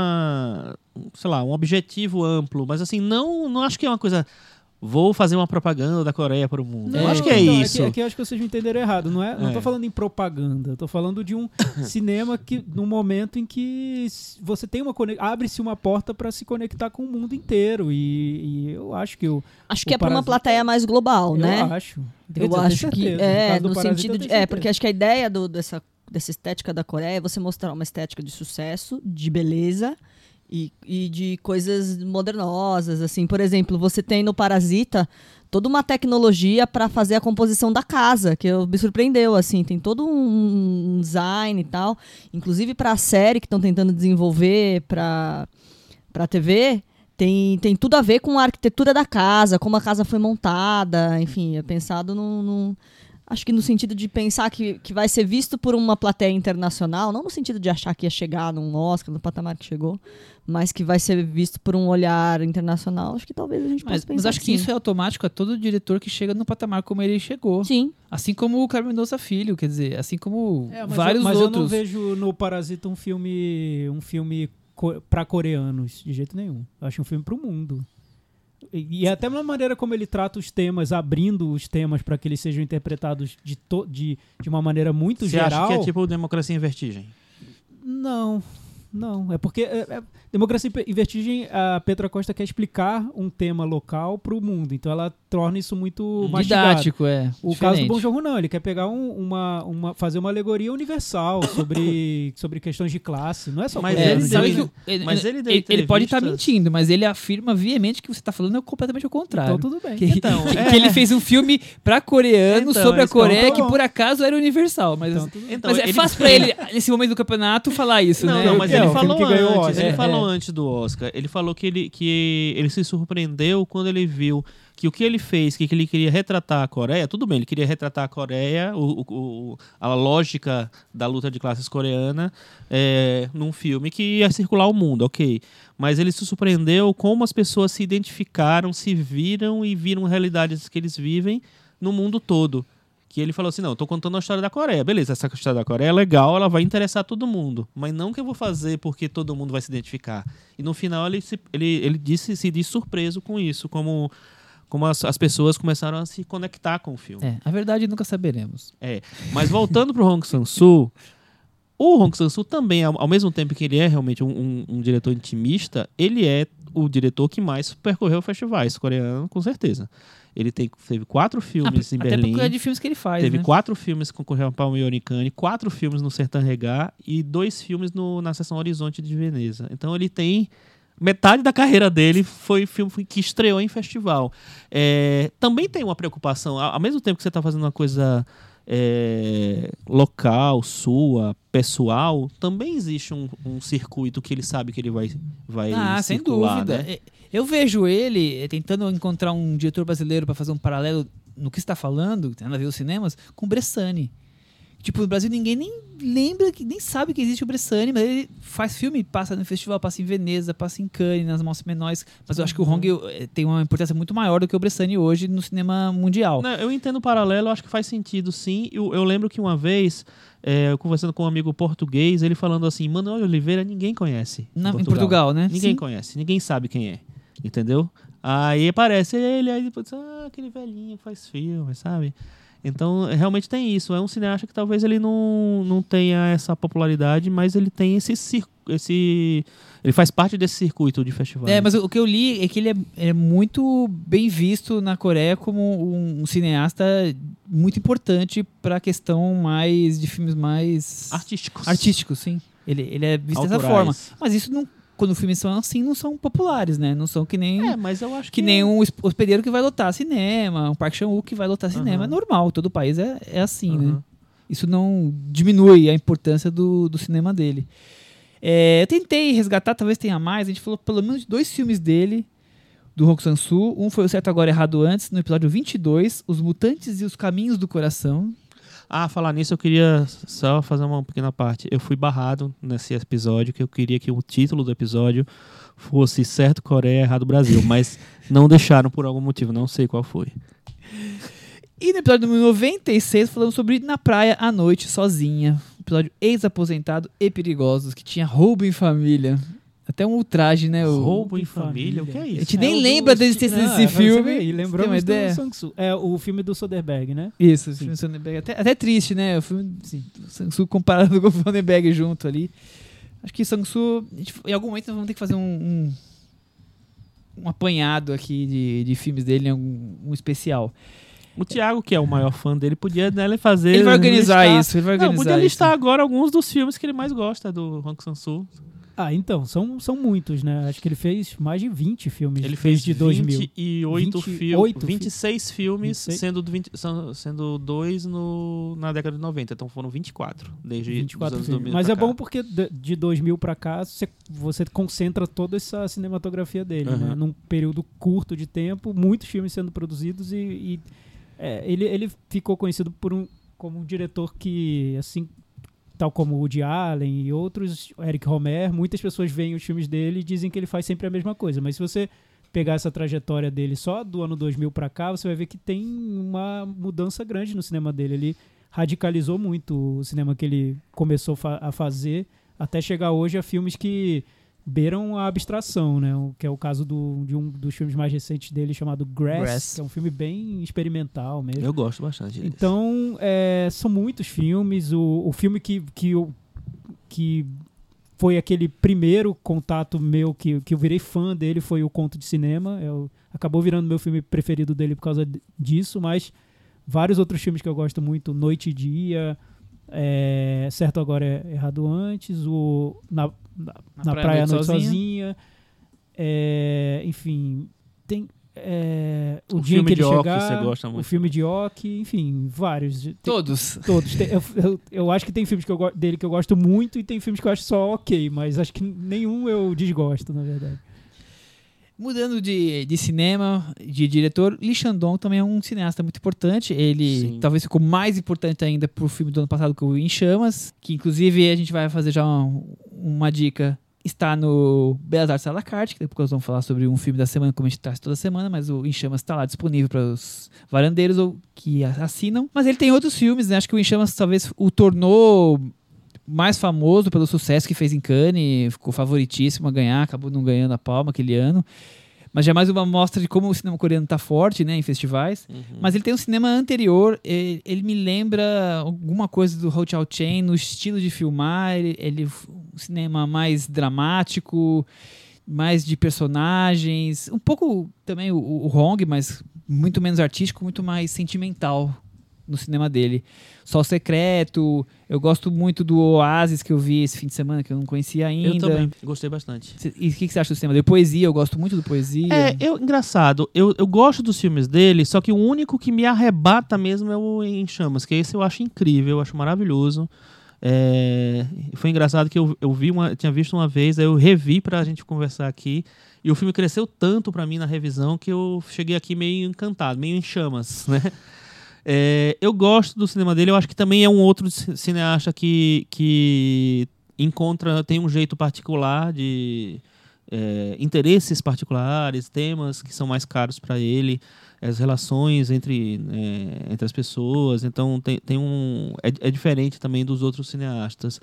um objetivo amplo, mas assim, não acho que é uma coisa... Vou fazer uma propaganda da Coreia para o mundo. Eu acho que é isso. É que eu acho que vocês me entenderam errado. Não tô falando em propaganda. Eu tô falando de um cinema que, num momento em que você tem abre-se uma porta para se conectar com o mundo inteiro. E eu acho que Acho que é para uma plateia mais global, né? Eu acho. Eu acho que no sentido de... porque acho que a ideia dessa estética da Coreia é você mostrar uma estética de sucesso, de beleza... E de coisas modernosas, assim. Por exemplo, você tem no Parasita toda uma tecnologia para fazer a composição da casa, que me surpreendeu, assim. Tem todo um design e tal. Inclusive para a série que estão tentando desenvolver para a TV, tem tudo a ver com a arquitetura da casa, como a casa foi montada. Enfim, é pensado acho que no sentido de pensar que vai ser visto por uma plateia internacional, não no sentido de achar que ia chegar num Oscar, no patamar que chegou, mas que vai ser visto por um olhar internacional. Acho que talvez a gente possa pensar. Mas acho que isso é automático a todo diretor que chega no patamar como ele chegou. Sim. Assim como o Carmen Mendonça Filho, quer dizer, assim como vários outros. Mas eu não vejo no Parasita um filme para coreanos, de jeito nenhum. Eu acho um filme para o mundo. E até uma maneira como ele trata os temas, abrindo os temas para que eles sejam interpretados de uma maneira muito geral. Você acha que é tipo Democracia em Vertigem? Não. É porque Democracia em Vertigem, a Petra Costa quer explicar um tema local para o mundo. Então ela torna isso muito didático, O caso do Bong Joon-ho não, ele quer pegar fazer uma alegoria universal sobre questões de classe. Não é só ele pode estar mentindo, mas ele afirma veemente que o que você está falando é completamente o contrário. Então tudo bem. Que ele fez um filme para coreano sobre a Coreia que por acaso era universal. Mas é fácil para ele, nesse momento do campeonato, falar isso, né? Não, mas ele falou antes. Ele falou antes do Oscar. Ele falou que ele se surpreendeu quando ele viu que o que ele fez, que ele queria retratar a Coreia, tudo bem, ele queria retratar a Coreia, a lógica da luta de classes coreana num filme que ia circular o mundo, ok. Mas ele se surpreendeu como as pessoas se identificaram, se viram e viram realidades que eles vivem no mundo todo. Que ele falou assim, não, eu tô contando a história da Coreia. Beleza, essa história da Coreia é legal, ela vai interessar todo mundo. Mas não que eu vou fazer porque todo mundo vai se identificar. E no final ele se disse surpreso com isso, como as pessoas começaram a se conectar com o filme. A verdade nunca saberemos. Mas voltando pro Hong Sang-soo, o Hong Sang-soo também, ao mesmo tempo que ele é realmente um diretor intimista, ele é o diretor que mais percorreu festivais coreanos, com certeza. Ele teve 4 filmes em Berlim. Até porque é de filmes que ele faz, Teve 4 filmes que concorreram ao Palme d'Or em Cannes, 4 filmes no Sertão Regá e 2 filmes na Seção Horizonte de Veneza. Então ele tem... Metade da carreira dele foi filme que estreou em festival. Também tem uma preocupação. Ao mesmo tempo que você está fazendo uma coisa local, sua, pessoal, também existe um circuito que ele sabe que ele vai circular, sem dúvida. Né? Eu vejo ele tentando encontrar um diretor brasileiro para fazer um paralelo no que está falando, tendo a ver os cinemas, com Bressani. Tipo, no Brasil ninguém nem lembra, nem sabe que existe o Bressani, mas ele faz filme, passa no festival, passa em Veneza, passa em Cannes, nas mostras menores. Mas eu acho que o Hong tem uma importância muito maior do que o Bressani hoje no cinema mundial. Não, eu entendo o paralelo, acho que faz sentido, sim. Eu lembro que uma vez, eu conversando com um amigo português, ele falando assim, Manuel Oliveira ninguém conhece Em Portugal, né? Ninguém Sim. conhece, ninguém sabe quem é, entendeu? Aí aparece ele, aí depois aquele velhinho que faz filme, sabe? Então, realmente tem isso. É um cineasta que talvez ele não tenha essa popularidade, mas ele tem ele faz parte desse circuito de festival. Mas o que eu li é que ele é muito bem visto na Coreia como um cineasta muito importante para a questão mais de filmes mais artísticos, sim. Ele é visto dessa forma. Mas isso não, quando filmes são assim, não são populares, né? Não são que nem mas eu acho que nem um hospedeiro que vai lotar cinema, um Park Chan-wook que vai lotar cinema. É normal, todo país é assim, né? Isso não diminui a importância do cinema dele. Eu tentei resgatar, talvez tenha mais. A gente falou pelo menos de 2 filmes dele, do Hong Sang-soo. Um foi O Certo Agora Errado Antes, no episódio 22, Os Mutantes e os Caminhos do Coração. Falar nisso, eu queria só fazer uma pequena parte. Eu fui barrado nesse episódio, que eu queria que o título do episódio fosse Certo Coreia, Errado Brasil, mas não deixaram por algum motivo, não sei qual foi. E no episódio número 96, falamos sobre Na Praia à Noite, Sozinha. Episódio Ex-Aposentado e Perigosos, que tinha roubo em família. Até um ultraje, né? Roubo em família? O que é isso? A gente nem lembra da existência desse filme. E lembramos do Sang-soo. É o filme do Soderbergh, né? Isso, o filme do Soderbergh. Até triste, né? O filme, assim, do Sang-soo comparado com o Soderbergh junto ali. Acho que Sang-soo, em algum momento nós vamos ter que fazer um apanhado aqui de filmes dele, um especial. O Thiago, que é o maior fã dele, podia fazer... Ele vai organizar isso. Podia listar agora alguns dos filmes que ele mais gosta do Hong Sang-soo. Então, são muitos, né? Acho que ele fez mais de 20 filmes. Ele fez de 2000. 26 filmes, 26? sendo 2 na década de 90. Então foram 24, desde 24 os anos filmes. 2000. Mas é bom porque de 2000 pra cá, você concentra toda essa cinematografia dele, né? Num período curto de tempo, muitos filmes sendo produzidos e ele ficou conhecido como um diretor que, assim, tal como o Woody Allen e outros, Eric Romer, muitas pessoas veem os filmes dele e dizem que ele faz sempre a mesma coisa. Mas se você pegar essa trajetória dele só do ano 2000 para cá, você vai ver que tem uma mudança grande no cinema dele. Ele radicalizou muito o cinema que ele começou a fazer, até chegar hoje a filmes que beiram a abstração, né? Que é o caso de um dos filmes mais recentes dele, chamado Grass, que é um filme bem experimental mesmo. Eu gosto bastante disso. Então, são muitos filmes. O filme que foi aquele primeiro contato meu que eu virei fã dele foi O Conto de Cinema. Acabou virando meu filme preferido dele por causa disso, mas vários outros filmes que eu gosto muito, Noite e Dia, Certo Agora Errado Antes, Na Praia à Noite Sozinha. Enfim, tem o Dia em que Ele Chegar, você gosta muito. O filme de Ok, enfim, vários. Todos. Eu acho que tem filmes dele que eu gosto muito e tem filmes que eu acho só ok, mas acho que nenhum eu desgosto, na verdade. Mudando de cinema, de diretor, Lee Shandong também é um cineasta muito importante. Ele talvez ficou mais importante ainda pro filme do ano passado, que é o Em Chamas, que inclusive a gente vai fazer já uma dica. Está no Belas Artes à la carte, que depois nós vamos falar sobre um filme da semana, como a gente traz toda semana, mas o Em Chamas está lá disponível para os varandeiros ou que assinam. Mas ele tem outros filmes, né? Acho que o Em Chamas talvez o tornou mais famoso pelo sucesso que fez em Cannes, ficou favoritíssimo a ganhar, acabou não ganhando a palma aquele ano. Mas já é mais uma mostra de como o cinema coreano está forte, né, em festivais. Mas ele tem um cinema anterior, ele me lembra alguma coisa do Ho Chao Chen no estilo de filmar, ele um cinema mais dramático, mais de personagens, um pouco também o Hong, mas muito menos artístico, muito mais sentimental no cinema dele. Sol Secreto, eu gosto muito do Oasis que eu vi esse fim de semana, que eu não conhecia ainda. Eu também, gostei bastante. E o que você acha do cinema dele? Poesia, eu gosto muito do Poesia. Engraçado, eu gosto dos filmes dele, só que o único que me arrebata mesmo é o Em Chamas, que esse eu acho incrível, eu acho maravilhoso. Foi engraçado que eu tinha visto uma vez, aí eu revi pra gente conversar aqui, e o filme cresceu tanto pra mim na revisão que eu cheguei aqui meio encantado, meio em chamas, né? Eu gosto do cinema dele, eu acho que também é um outro cineasta que tem um jeito particular de interesses particulares, temas que são mais caros para ele, as relações entre as pessoas, então é diferente também dos outros cineastas,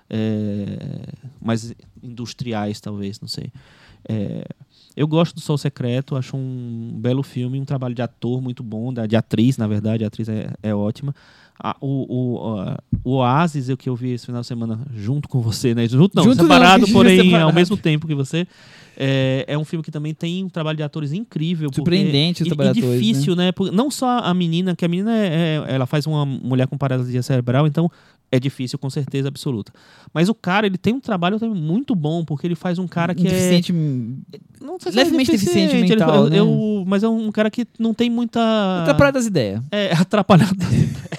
mais industriais talvez, não sei. Eu gosto do Sol Secreto, acho um belo filme, um trabalho de ator muito bom, de atriz, na verdade, a atriz é ótima. O Oasis, que eu vi esse final de semana junto com você, né? Separado, porém ao mesmo tempo que você. É um filme que também tem um trabalho de atores incrível. Surpreendente o trabalho de atores. E difícil, né? Não só a menina, que a menina ela faz uma mulher com paralisia cerebral, então é difícil, com certeza absoluta. Mas o cara, ele tem um trabalho também muito bom, porque ele faz um cara que deficiente, não sei se levemente deficiente mental, né? Mas é um cara que não tem muita... Atrapalhado das ideias. Atrapalhado das ideias.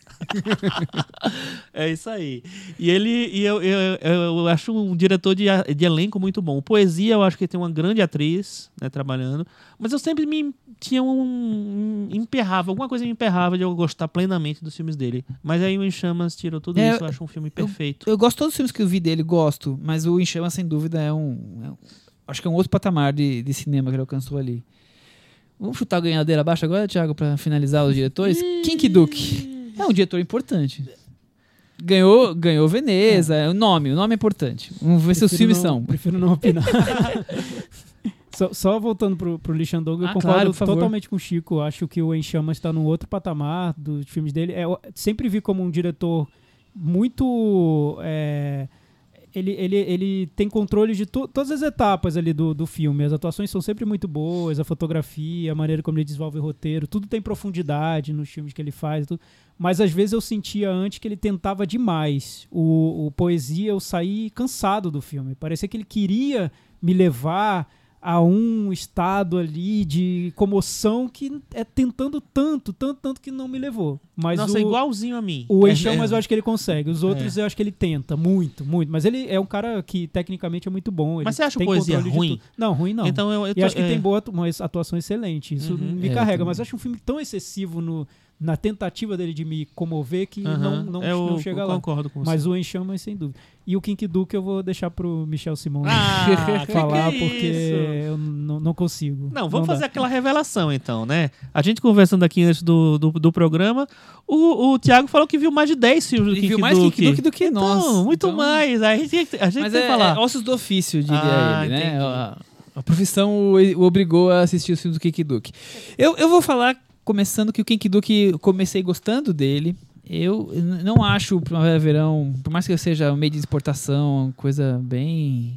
É isso aí. E eu acho um diretor de elenco muito bom. Poesia, eu acho que tem uma grande atriz, né, trabalhando. Mas eu sempre emperrava, alguma coisa me emperrava de eu gostar plenamente dos filmes dele. Mas aí o Em Chamas tirou tudo isso, eu acho um filme perfeito. Eu gosto de todos os filmes que eu vi dele, gosto. Mas o Em Chamas, sem dúvida, acho que é um outro patamar de cinema que ele alcançou ali. Vamos chutar a ganhadeira abaixo agora, Thiago, pra finalizar os diretores? Kinky Duke. É um diretor importante. Ganhou Veneza, o nome é importante. Vamos ver se os filmes são. Prefiro não opinar. Só voltando pro Lee Chang-dong, eu concordo totalmente com o Chico. Acho que o Em Chamas está num outro patamar dos filmes dele. Eu sempre vi como um diretor muito... Ele tem controle de todas as etapas ali do filme. As atuações são sempre muito boas, a fotografia, a maneira como ele desenvolve o roteiro, tudo tem profundidade nos filmes que ele faz. Tudo. Mas às vezes eu sentia antes que ele tentava demais. O Poesia, eu saí cansado do filme. Parecia que ele queria me levar a um estado ali de comoção que é tentando tanto que não me levou. Mas nossa, igualzinho a mim. O Em Chamas eu acho que ele consegue. Os outros eu acho que ele tenta muito. Mas ele é um cara que tecnicamente é muito bom. Mas você acha o Poesia ruim? Não, ruim não. Então e acho que tem uma atuação excelente. Isso me carrega. Mas eu acho um filme tão excessivo na tentativa dele de me comover que não chega lá. Eu concordo com você. Mas o Em Chamas, sem dúvida. E o Kinky Duke eu vou deixar pro Michel Simon falar, porque eu não consigo. Não, vamos fazer aquela revelação então, né? A gente conversando aqui antes do programa, o Thiago falou que viu mais de 10 filmes do Kinky Duke. Viu mais Kinky Duke do que nós. Muito mais. A gente mas tem que falar. Ossos do ofício, diria ele, né? A profissão o obrigou a assistir os filmes do Kinky Duke. Eu vou falar, começando, que o Kinky Duke, comecei gostando dele. Eu não acho o Primavera Verão, por mais que eu seja um meio de exportação, coisa bem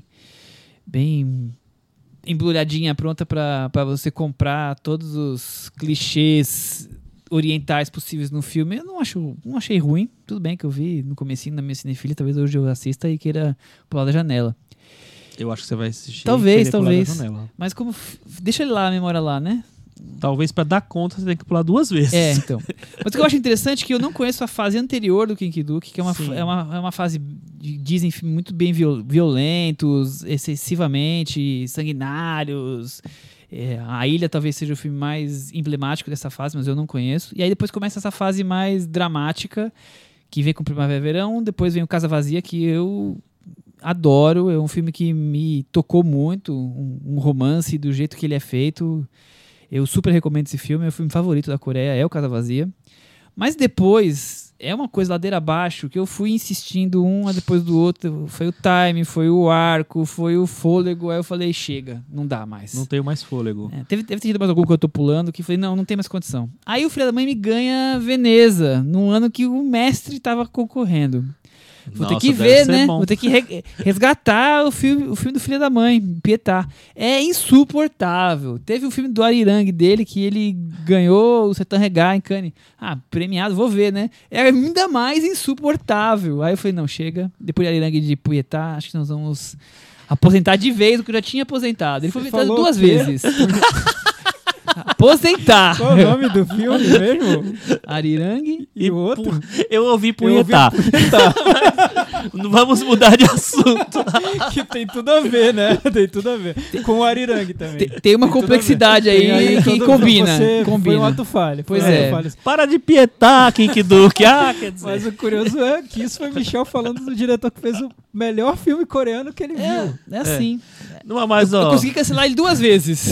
embrulhadinha, pronta para você comprar todos os clichês orientais possíveis no filme, eu não achei ruim. Tudo bem que eu vi no comecinho da minha cinefilia, talvez hoje eu assista e queira pular da janela. Eu acho que você vai assistir. Talvez. Mas como deixa ele lá, a memória lá, né? Talvez para dar conta você tem que pular 2 vezes. Então. Mas o que eu acho interessante é que eu não conheço a fase anterior do Kinky Duke, que é uma fase, dizem, muito bem violentos, excessivamente sanguinários. A Ilha talvez seja o filme mais emblemático dessa fase, mas eu não conheço. E aí depois começa essa fase mais dramática, que vem com Primavera e Verão. Depois vem o Casa Vazia, que eu adoro. É um filme que me tocou muito, um romance do jeito que ele é feito. Eu super recomendo esse filme, é o filme favorito da Coreia, é o Casa Vazia. Mas depois, é uma coisa ladeira abaixo, que eu fui insistindo um depois do outro. Foi o time, foi o arco, foi o fôlego. Aí eu falei, chega, não dá mais. Não tenho mais fôlego. Deve ter tido mais algum que eu tô pulando, que falei, não tem mais condição. Aí o Filho da Mãe me ganha Veneza, num ano que o Mestre tava concorrendo. Vou ter que ver, né? Bom. Vou ter que resgatar o filme do Filho da Mãe, Pietá. É insuportável. Teve um filme do Arirang dele que ele ganhou o Sertão Regá em Cannes. Premiado, vou ver, né? É ainda mais insuportável. Aí eu falei, não, chega. Depois de Arirang de Pietá, acho que nós vamos aposentar de vez o que eu já tinha aposentado. Ele foi aposentado 2 vezes. Aposentar. Qual o nome do filme mesmo? Arirang. E o outro? Eu ouvi punhetar. Não vamos mudar de assunto. Que tem tudo a ver, né? Tem tudo a ver. Com o Arirang também. Tem uma complexidade aí que combina. Foi um ato falho. Pois é. Para de pietar, Kinky Duke. Quer dizer. Mas o curioso é que isso foi Michel falando do diretor que fez o melhor filme coreano que ele viu. É assim. Não é mais, Eu consegui cancelar ele 2 vezes.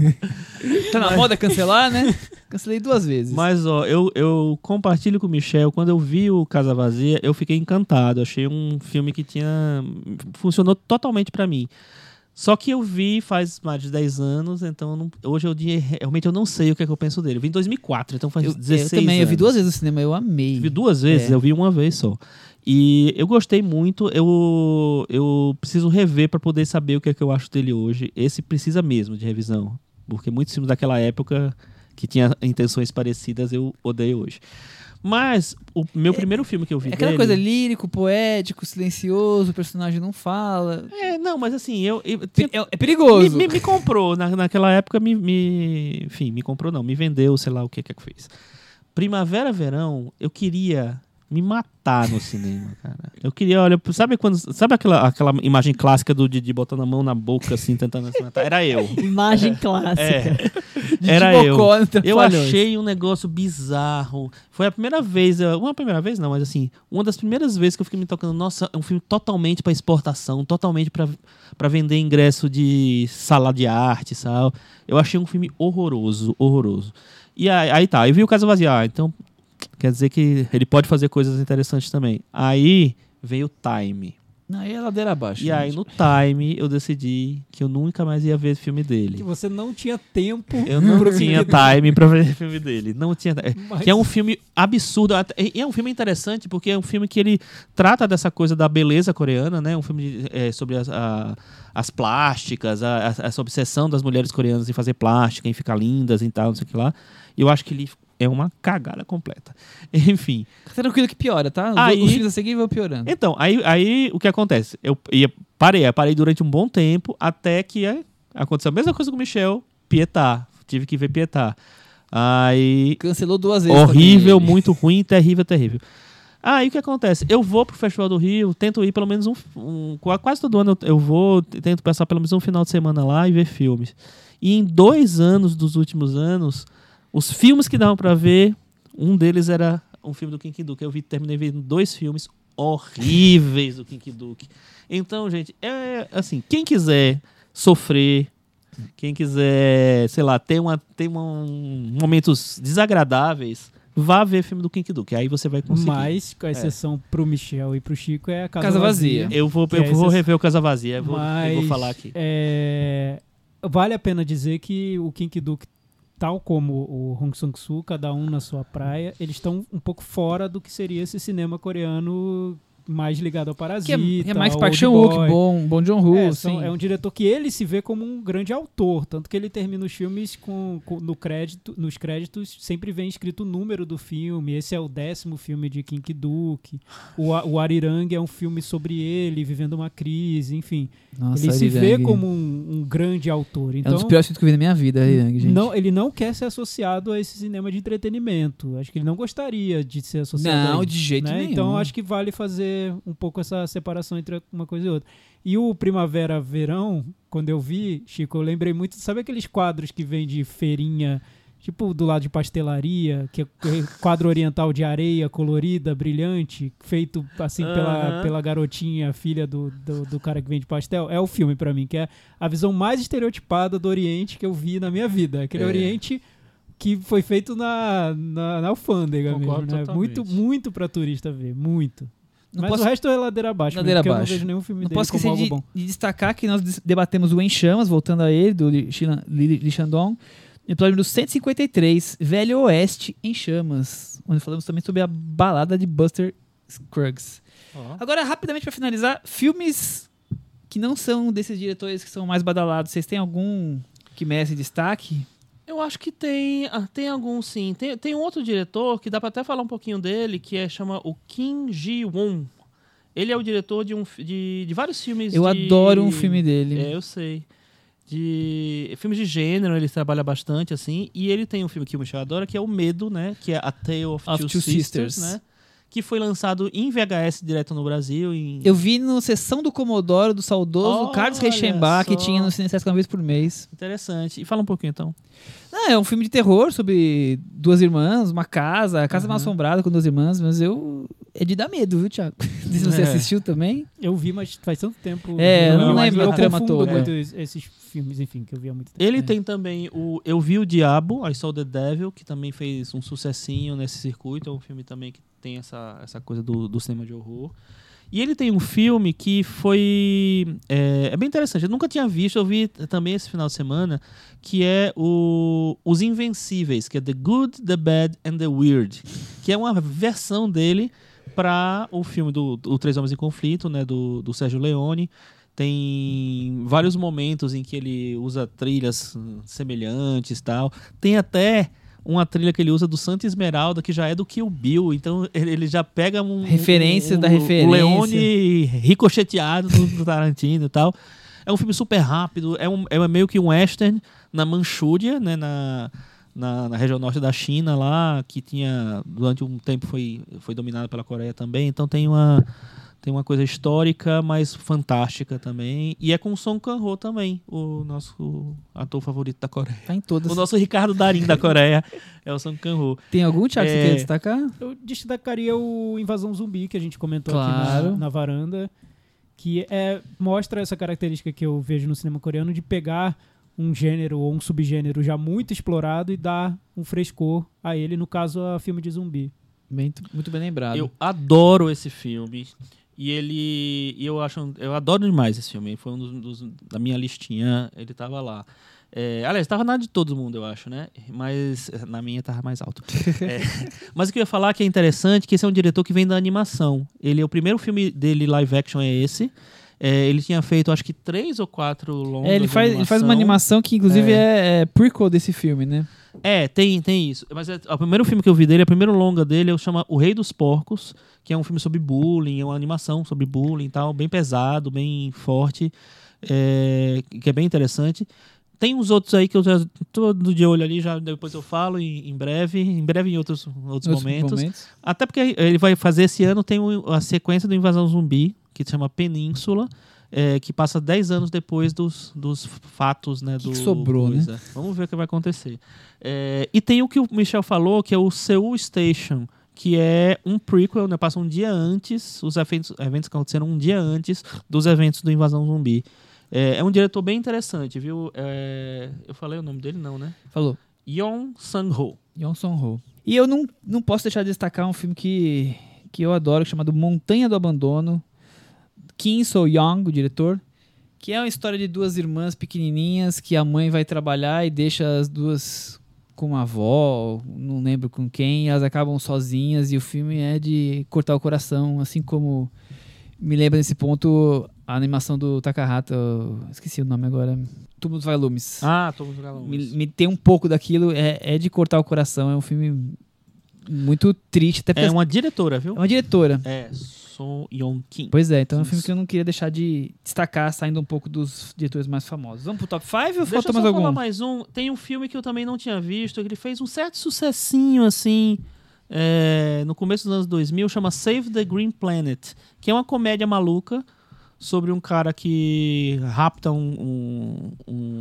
Tá na moda cancelar, né? Cancelei 2 vezes. Mas, eu compartilho com o Michel. Quando eu vi o Casa Vazia, eu fiquei encantado. Achei um filme que funcionou totalmente pra mim. Só que eu vi faz mais de 10 anos, então hoje realmente eu não sei o que é que eu penso dele. Eu vi em 2004, então faz 16 anos. Eu também, eu vi 2 vezes no cinema, eu amei. Vi 2 vezes, eu vi uma vez só. E eu gostei muito, eu preciso rever pra poder saber o que é que eu acho dele hoje. Esse precisa mesmo de revisão, porque muitos filmes daquela época que tinha intenções parecidas eu odeio hoje. Mas o meu primeiro filme que eu vi aquela dele... coisa lírico, poético, silencioso, o personagem não fala. Não, mas assim, é perigoso. Me comprou, naquela época enfim, me comprou não, me vendeu, sei lá o que é que fez. Primavera, Verão, eu queria me matar no cinema, cara. Eu queria, olha, sabe aquela imagem clássica do Didi botando a mão na boca, assim, tentando se matar? Era eu. Imagem clássica. Era eu. Eu achei um negócio bizarro. Foi a primeira vez, uma primeira vez não, mas assim, uma das primeiras vezes que eu fiquei me tocando, nossa, é um filme totalmente pra exportação, totalmente pra vender ingresso de sala de arte, sabe? Eu achei um filme horroroso. E aí tá, eu vi o Casa Vazia, então quer dizer que ele pode fazer coisas interessantes também. Aí veio Time. Aí é ladeira abaixo. E aí no Time eu decidi que eu nunca mais ia ver filme dele. Que você não tinha tempo. Eu não tinha time pra ver filme dele. Não tinha. Mas... Que é um filme absurdo. E é um filme interessante porque é um filme que ele trata dessa coisa da beleza coreana, né? Um filme sobre as plásticas, essa obsessão das mulheres coreanas em fazer plástica, em ficar lindas e tal, não sei o que lá. E eu acho que ele é uma cagada completa. Enfim. Tranquilo que piora, tá? Os filmes a seguir vão piorando. Então, aí o que acontece? Eu parei durante um bom tempo, até que aconteceu a mesma coisa com o Michel, Pietá. Tive que ver Pietá. Aí... Cancelou 2 vezes. Horrível, muito ruim, terrível. Aí o que acontece? Eu vou pro Festival do Rio, tento ir pelo menos quase todo ano eu vou, tento passar pelo menos um final de semana lá e ver filmes. E em 2 anos dos últimos anos... Os filmes que davam pra ver, um deles era um filme do Kinky Duke. Eu terminei vendo 2 filmes horríveis do Kinky Duke. Então, gente, assim, quem quiser sofrer, quem quiser, sei lá, ter momentos desagradáveis, vá ver filme do Kinky Duke. Aí você vai conseguir. Mas, com a exceção pro Michel e pro Chico, é a Casa Vazia. Eu vou rever o Casa Vazia. Eu vou falar aqui. Vale a pena dizer que o Kinky Duke, tal como o Hong Sang-soo, cada um na sua praia, eles estão um pouco fora do que seria esse cinema coreano mais ligado ao Parasita. Que é mais Park Chan-wook, Bong Joon-ho. É um diretor que ele se vê como um grande autor, tanto que ele termina os filmes nos créditos sempre vem escrito o número do filme. Esse é o 10º filme de Kinky Duke. O Arirang é um filme sobre ele vivendo uma crise, enfim. Nossa, ele Arirang se vê como um grande autor. Então, é um dos piores filmes que eu vi na minha vida, Arirang, gente. Não, ele não quer ser associado a esse cinema de entretenimento. Acho que ele não gostaria de ser associado Não, de jeito nenhum. Então acho que vale fazer um pouco essa separação entre uma coisa e outra. E o Primavera, Verão, quando eu vi, Chico, eu lembrei muito, sabe aqueles quadros que vem de feirinha, tipo do lado de pastelaria, que é quadro oriental de areia colorida, brilhante, feito assim pela garotinha, filha do cara que vende pastel? É o filme pra mim, que é a visão mais estereotipada do Oriente que eu vi na minha vida. Aquele Oriente que foi feito na alfândega mesmo, né? Muito, muito pra turista ver, muito. Mas o resto é ladeira abaixo, porque eu não vejo nenhum filme dele como algo bom. Não posso esquecer de destacar que nós debatemos o Em Chamas, voltando a ele, do Lee Shandong, no episódio número 153, Velho Oeste em Chamas, onde falamos também sobre a balada de Buster Scruggs. Agora, rapidamente para finalizar, filmes que não são desses diretores que são mais badalados, vocês têm algum que merece destaque? Eu acho que tem algum, sim. Tem um outro diretor que dá pra até falar um pouquinho dele, que chama o Kim Ji-won. Ele é o diretor de vários filmes. Eu adoro um filme dele. Eu sei. de filmes de gênero, ele trabalha bastante, assim, e ele tem um filme que o Michel adora, que é o Medo, né? Que é A Tale of Two Sisters, né? Que foi lançado em VHS direto no Brasil. Eu vi no Sessão do Comodoro, do saudoso Carlos Reichenbach, que tinha no Cinesesc uma vez por mês. Interessante. E fala um pouquinho, então. É um filme de terror sobre duas irmãs, uma casa, a casa mal assombrada com duas irmãs, mas é de dar medo, viu, Thiago? Não sei se você assistiu também. Eu vi, mas faz tanto tempo. Eu não lembro a trama toda. Muito esses filmes, enfim, que eu vi há muito tempo. Ele tem também o Eu Vi o Diabo, I Saw the Devil, que também fez um sucessinho nesse circuito. É um filme também que tem essa coisa do cinema de horror. E ele tem um filme que foi... É bem interessante. Eu nunca tinha visto, eu vi também esse final de semana, que é Os Invencíveis, que é The Good, The Bad and The Weird, que é uma versão dele para o filme do Três Homens em Conflito, né, do Sérgio Leone. Tem vários momentos em que ele usa trilhas semelhantes e tal. Tem até uma trilha que ele usa do Santa Esmeralda, que já é do Kill Bill. Então ele já pega referência da referência. O Leone ricocheteado do Tarantino e tal. É um filme super rápido. É meio que um western na Manchúria, né, na região norte da China lá, que tinha durante um tempo foi dominada pela Coreia também. Então tem uma coisa histórica, mas fantástica também. E é com o Song Kang-ho também, o nosso ator favorito da Coreia. Tá em todas. O nosso Ricardo Darín da Coreia é o Song Kang-ho. Tem algum, Thiago, que você quer destacar? Eu destacaria o Invasão Zumbi, que a gente comentou claro. aqui na varanda, que mostra essa característica que eu vejo no cinema coreano de pegar um gênero ou um subgênero já muito explorado e dar um frescor a ele, no caso, a filme de zumbi. Muito bem lembrado. Eu adoro esse filme. Eu adoro demais esse filme. Foi um da minha listinha, ele tava lá. Aliás, tava na de todo mundo, eu acho, né? Mas na minha tava mais alto. Mas o que eu ia falar que é interessante, que esse é um diretor que vem da animação. O primeiro filme dele live action é esse. Ele tinha feito, acho que 3 ou 4 longas. Ele faz uma animação que, inclusive, é prequel desse filme, né? Tem isso. Mas o primeiro filme que eu vi dele, a primeira longa dele, chama O Rei dos Porcos, que é um filme sobre bullying, é uma animação sobre bullying e tal, bem pesado, bem forte, que é bem interessante. Tem uns outros aí que eu já tô de olho ali, já depois eu falo em breve em outros momentos. Até porque ele vai fazer esse ano, tem a sequência do Invasão Zumbi, que se chama Península, que passa 10 anos depois dos fatos, né? Que sobrou, né? Vamos ver o que vai acontecer. E tem o que o Michel falou, que é o Seoul Station, que é um prequel, né? Passa um dia antes, os eventos que aconteceram um dia antes dos eventos do Invasão Zumbi. É um diretor bem interessante, viu? Eu falei o nome dele, não, né? Falou. Yeon Sang-ho. E eu não posso deixar de destacar um filme que eu adoro, chamado Montanha do Abandono. Kim So-young, o diretor, que é uma história de duas irmãs pequenininhas que a mãe vai trabalhar e deixa as duas com a avó, não lembro com quem, e elas acabam sozinhas, e o filme é de cortar o coração, assim como me lembra nesse ponto a animação do Takahata, esqueci o nome agora, Túmulo dos Vagalumes. Túmulo dos Vagalumes. Me tem um pouco daquilo, é de cortar o coração, é um filme muito triste. Até é uma diretora, viu? É uma diretora. Son Yeon-kim. Pois é, então é um filme que eu não queria deixar de destacar, saindo um pouco dos diretores mais famosos. Vamos pro top 5 ou falta mais algum? Falar mais um. Tem um filme que eu também não tinha visto, que ele fez um certo sucessinho, assim, no começo dos anos 2000, chama Save the Green Planet, que é uma comédia maluca sobre um cara que rapta um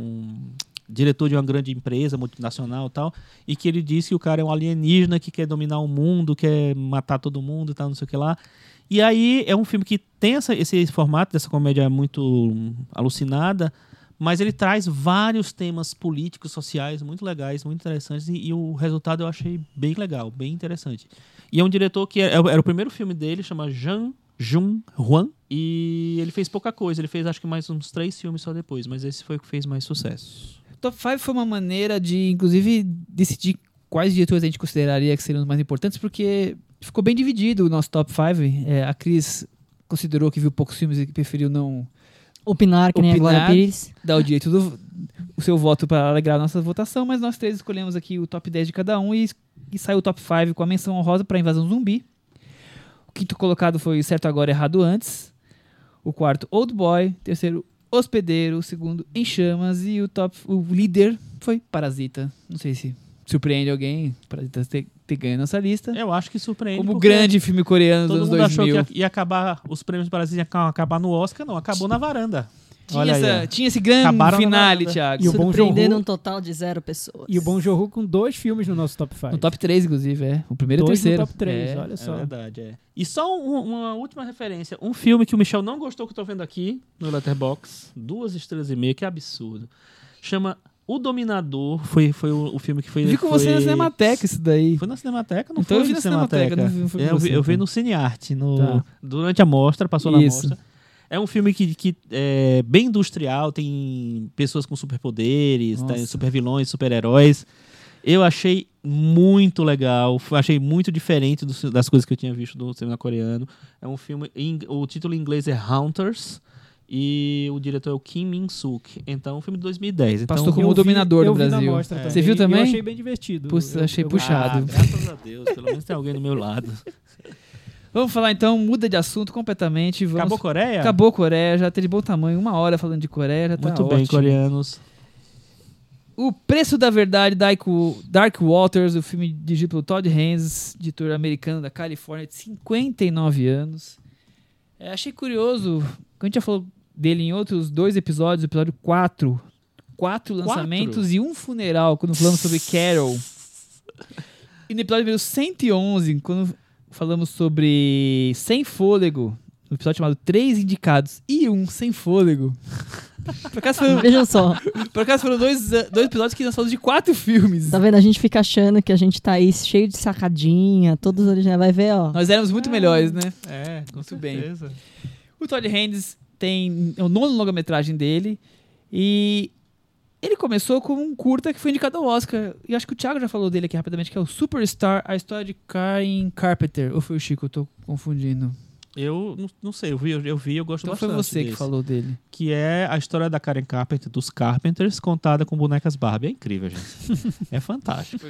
diretor de uma grande empresa multinacional e tal, e que ele diz que o cara é um alienígena que quer dominar o mundo, quer matar todo mundo e tal, não sei o que lá. E aí é um filme que tem esse formato dessa comédia muito alucinada, mas ele traz vários temas políticos, sociais, muito legais, muito interessantes, e o resultado eu achei bem legal, bem interessante. E é um diretor que era o primeiro filme dele, chama Jang Jung-hwan, e ele fez pouca coisa, ele fez acho que mais uns 3 filmes só depois, mas esse foi o que fez mais sucesso. Top 5 foi uma maneira de, inclusive, decidir quais diretores a gente consideraria que seriam os mais importantes, porque ficou bem dividido o nosso top 5. A Cris considerou que viu poucos filmes e preferiu não opinar, que nem a Glória Pires. Dar o direito o seu voto para alegrar a nossa votação, mas nós 3 escolhemos aqui o top 10 de cada um e saiu o top 5 com a menção honrosa para Invasão Zumbi. O quinto colocado foi Certo Agora, Errado Antes. O quarto, Old Boy. Terceiro, Hospedeiro, o segundo Em Chamas e o líder foi Parasita. Não sei se surpreende alguém, Parasita ter ganho nessa lista. Eu acho que surpreende. Como grande filme coreano dos anos 2000. Todo mundo achou que ia acabar, os prêmios Parasita iam acabar no Oscar, não, acabou na varanda. Tinha esse grande finale, Thiago. E surpreendendo um total de 0 pessoas. E o Bong Joon-ho com 2 filmes no nosso top 5. No top 3, inclusive, é. O primeiro e o terceiro. No top 3, olha só. É verdade, é. E só uma última referência. Um filme que o Michel não gostou, que eu tô vendo aqui no Letterboxd. 2 estrelas e meia, que absurdo. Chama O Dominador. Foi o filme que foi... Vi com você na Cinemateca isso daí. Foi na Cinemateca? Não então foi eu vi na Cinemateca. Eu vi no Cinearte. Durante a mostra, passou na mostra. É um filme que é bem industrial, tem pessoas com superpoderes, tem supervilões, super-heróis. Eu achei muito legal, achei muito diferente das coisas que eu tinha visto do cinema coreano. É um filme, o título em inglês é Hunters e o diretor é o Kim Min-suk. Então, um filme de 2010. Passou como o Dominador no Brasil. Você viu também? Eu achei bem divertido. Achei puxado. Graças a Deus, pelo menos tem alguém do meu lado. Vamos falar então, muda de assunto completamente. Acabou Coreia? Acabou Coreia, já tem de bom tamanho, 1 hora falando de Coreia, já tá muito bem, coreanos. O Preço da Verdade, Dark Waters, o filme dirigido pelo Todd Haynes, editor americano da Califórnia, de 59 anos. Achei curioso, a gente já falou dele em outros 2 episódios, episódio 4. 4 lançamentos e 1 funeral, quando falamos sobre Carol. E no episódio número 111, quando falamos sobre Sem Fôlego, no episódio chamado 3 Indicados e 1 Sem Fôlego. Por acaso foram, vejam só. Por acaso foram dois episódios que nós falamos de 4 filmes. Tá vendo? A gente fica achando que a gente tá aí cheio de sacadinha, todos originais. Vai ver, ó. Nós éramos muito melhores, né? Com certeza. Bem. O Todd Haynes é o 9º longa-metragem dele e ele começou com um curta que foi indicado ao Oscar. E acho que o Thiago já falou dele aqui rapidamente, que é o Superstar, a história de Karen Carpenter. Ou foi o Chico? Eu tô confundindo. Eu não sei, eu gosto então bastante. Foi você desse, que falou dele. Que é a história da Karen Carpenter, dos Carpenters, contada com bonecas Barbie. É incrível, gente. É fantástico.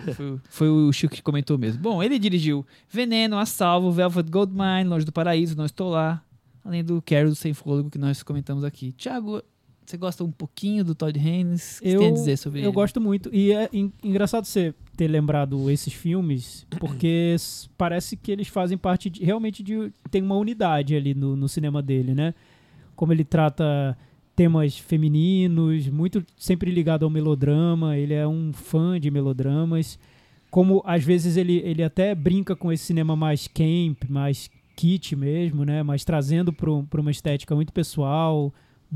Foi o Chico que comentou mesmo. Bom, ele dirigiu Veneno, A Salvo, Velvet Goldmine, Longe do Paraíso, Não Estou Lá, além do Carol do Sem Fôlego, que nós comentamos aqui. Thiago, você gosta um pouquinho do Todd Haynes? O que você tem a dizer sobre ele? Eu gosto muito. E é engraçado você ter lembrado esses filmes, porque parece que eles fazem parte realmente de... Tem uma unidade ali no cinema dele, né? Como ele trata temas femininos, muito sempre ligado ao melodrama. Ele é um fã de melodramas. Como, às vezes, ele até brinca com esse cinema mais camp, mais kitsch mesmo, né? Mas trazendo para uma estética muito pessoal,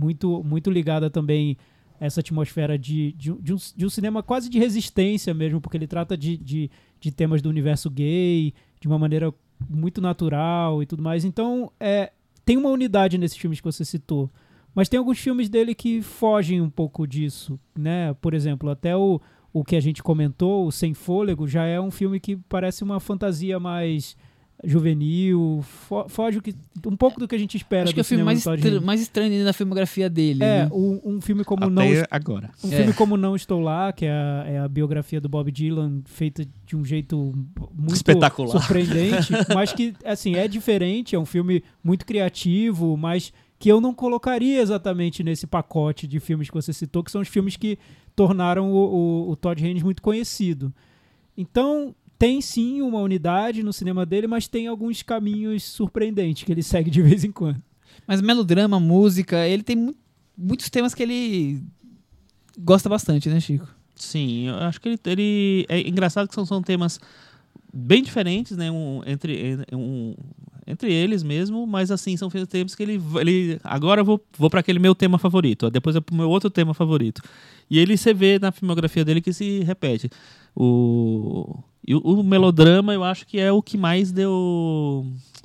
muito ligada também a essa atmosfera de um cinema quase de resistência mesmo, porque ele trata de temas do universo gay de uma maneira muito natural e tudo mais. Então, tem uma unidade nesses filmes que você citou, mas tem alguns filmes dele que fogem um pouco disso, né? Por exemplo, até o que a gente comentou, o Sem Fôlego, já é um filme que parece uma fantasia mais juvenil, foge um pouco do que a gente espera. Acho que é o filme mais estranho da filmografia dele. É, né? Um filme como agora. Filme como Não Estou Lá, que é a biografia do Bob Dylan, feita de um jeito muito espetacular, surpreendente, mas que, assim, é diferente, é um filme muito criativo, mas que eu não colocaria exatamente nesse pacote de filmes que você citou, que são os filmes que tornaram o Todd Haynes muito conhecido. Então, tem sim uma unidade no cinema dele, mas tem alguns caminhos surpreendentes que ele segue de vez em quando. Mas melodrama, música, ele tem muitos temas que ele gosta bastante, né, Chico? Sim, eu acho que ele é engraçado que são temas bem diferentes, né, entre eles mesmo, mas assim, são temas que ele agora eu vou para aquele meu tema favorito, depois é pro meu outro tema favorito. E você vê na filmografia dele que se repete. O melodrama, eu acho que é o que mais deu,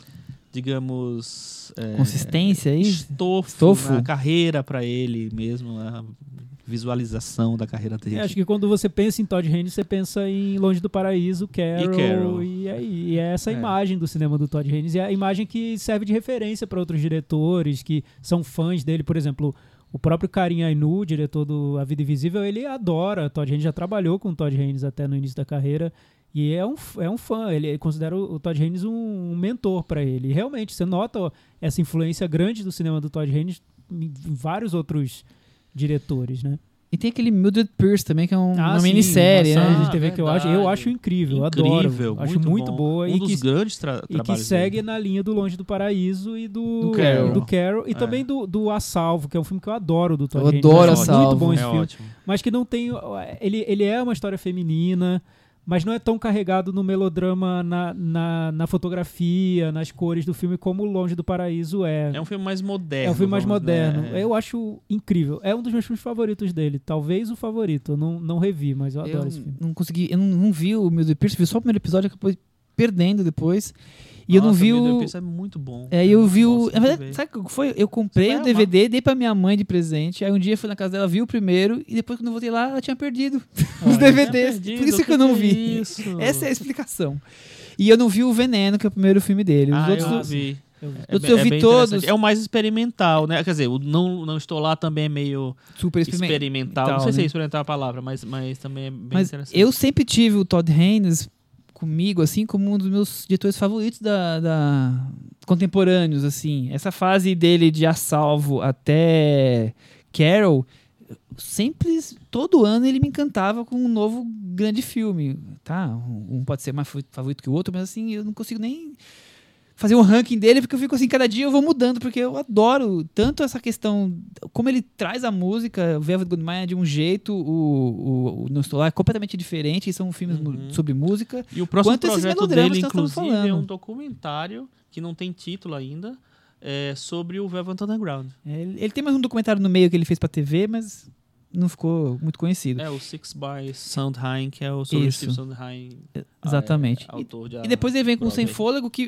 digamos... consistência aí? Estofo na carreira para ele mesmo, a visualização da carreira dele. Acho que quando você pensa em Todd Haynes, você pensa em Longe do Paraíso, Carol. E é essa imagem do cinema do Todd Haynes. E é a imagem que serve de referência para outros diretores que são fãs dele. Por exemplo, o próprio Karim Ainu, diretor do A Vida Invisível, ele adora Todd Haynes, já trabalhou com o Todd Haynes até no início da carreira. E é um fã, ele considera o Todd Haynes um mentor para ele. E realmente, você nota essa influência grande do cinema do Todd Haynes em vários outros diretores, né? E tem aquele Mildred Pierce também, que é uma minissérie, uma série né? de TV que eu acho incrível, adoro. Acho muito boa. Um dos grandes e trabalhos que segue na linha do Longe do Paraíso e do Carol. E também do A Salvo, que é um filme que eu adoro do Todd Haynes. Eu adoro A Salvo. Muito bom esse filme. Ótimo. Mas que não tem... Ele é uma história feminina, mas não é tão carregado no melodrama, na fotografia, nas cores do filme, como o Longe do Paraíso é. É um filme mais moderno. É um filme mais moderno. Né? Eu acho incrível. É um dos meus filmes favoritos dele. Talvez o favorito. Eu não revi, mas eu adoro esse filme. Não consegui... Eu não vi o Mildred Pierce, vi só o primeiro episódio, acabou perdendo depois. E eu não vi o... Isso é muito bom. Eu vi o... Na verdade, sabe o que foi? Eu comprei o DVD, dei pra minha mãe de presente, aí um dia fui na casa dela, vi o primeiro, e depois quando eu voltei lá, ela tinha perdido os DVDs. Por isso que eu não vi. Essa é a explicação. E eu não vi o Veneno, que é o primeiro filme dele. Os outros eu vi. Eu vi todos. É o mais experimental, né? Quer dizer, o Não Estou Lá também é meio super experimental. Não sei se é experimental a palavra, mas também é bem interessante. Eu sempre tive o Todd Haynes comigo, assim, como um dos meus diretores favoritos contemporâneos, assim. Essa fase dele de A Salvo até Carol, sempre, todo ano ele me encantava com um novo grande filme, tá? Um pode ser mais favorito que o outro, mas assim, eu não consigo nem fazer um ranking dele, porque eu fico assim, cada dia eu vou mudando, porque eu adoro tanto essa questão, como ele traz a música, o Velvet Goodbye é de um jeito, o Não Estou Lá é completamente diferente, são filmes sobre música. E o próximo projeto dele, inclusive, é um documentário, que não tem título ainda, sobre o Velvet Underground. Ele tem mais um documentário no meio que ele fez pra TV, mas não ficou muito conhecido. O Six by Sondheim, que é o sobre o Steve Sondheim. Exatamente. Autor de e depois ele vem com o Sem Fôlego, que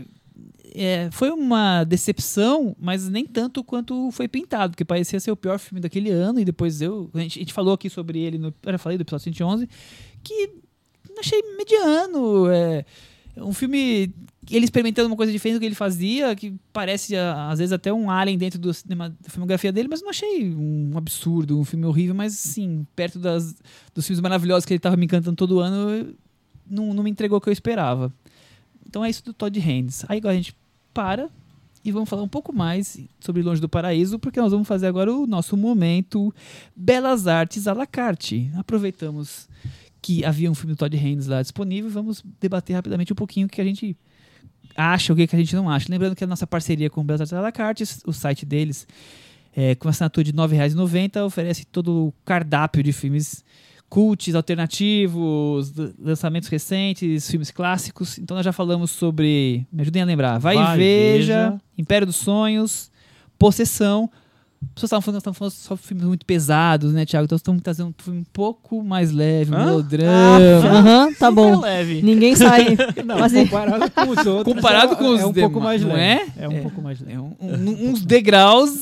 foi uma decepção, mas nem tanto quanto foi pintado, porque parecia ser o pior filme daquele ano, e depois a gente falou aqui sobre ele, eu falei do episódio 111, que achei mediano, um filme, ele experimentando uma coisa diferente do que ele fazia, que parece às vezes até um Alien dentro da filmografia dele, mas não achei um absurdo, um filme horrível, mas sim, perto dos filmes maravilhosos que ele estava me encantando todo ano, não me entregou o que eu esperava. Então é isso do Todd Haynes. Aí agora a gente para e vamos falar um pouco mais sobre Longe do Paraíso, porque nós vamos fazer agora o nosso momento Belas Artes à la carte. Aproveitamos que havia um filme do Todd Haynes lá disponível, vamos debater rapidamente um pouquinho o que a gente acha, o que a gente não acha. Lembrando que a nossa parceria com o Belas Artes à la carte, o site deles, com assinatura de R$ 9,90, oferece todo o cardápio de filmes cults, alternativos, lançamentos recentes, filmes clássicos. Então nós já falamos sobre, me ajudem a lembrar, Vai e Veja, Império dos Sonhos, Possessão. As pessoas estavam falando que nós estamos falando só de filmes muito pesados, né, Thiago? Então estamos trazendo um filme um pouco mais leve, um melodrama. Tá bom. Leve. Ninguém sai. Não, comparado com os outros. Comparado com os um pouco mais leve. Não é? É um pouco mais leve. Uns degraus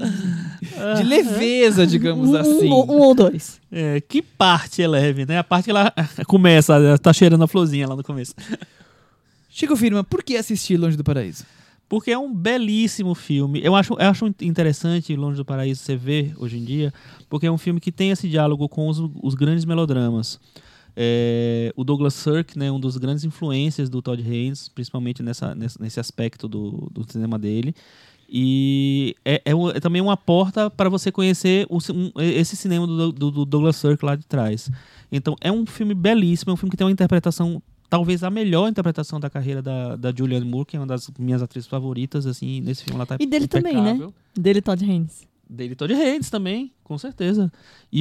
de leveza, digamos assim. Um ou dois. Que parte é leve, né? A parte que ela começa, ela tá cheirando a florzinha lá no começo. Chico Firman, por que assistir Longe do Paraíso? Porque é um belíssimo filme. Eu acho interessante Longe do Paraíso você ver hoje em dia, porque é um filme que tem esse diálogo com os grandes melodramas. O Douglas Sirk, né, um dos grandes influências do Todd Haynes, principalmente nesse aspecto do cinema dele. E é também uma porta para você conhecer esse cinema do Douglas Sirk lá de trás. Então é um filme belíssimo, é um filme que tem uma interpretação, talvez a melhor interpretação da carreira da Julianne Moore, que é uma das minhas atrizes favoritas, assim, nesse filme ela tá impecável. E dele também, né? Dele Todd Haynes. Dele Todd Haynes também, com certeza.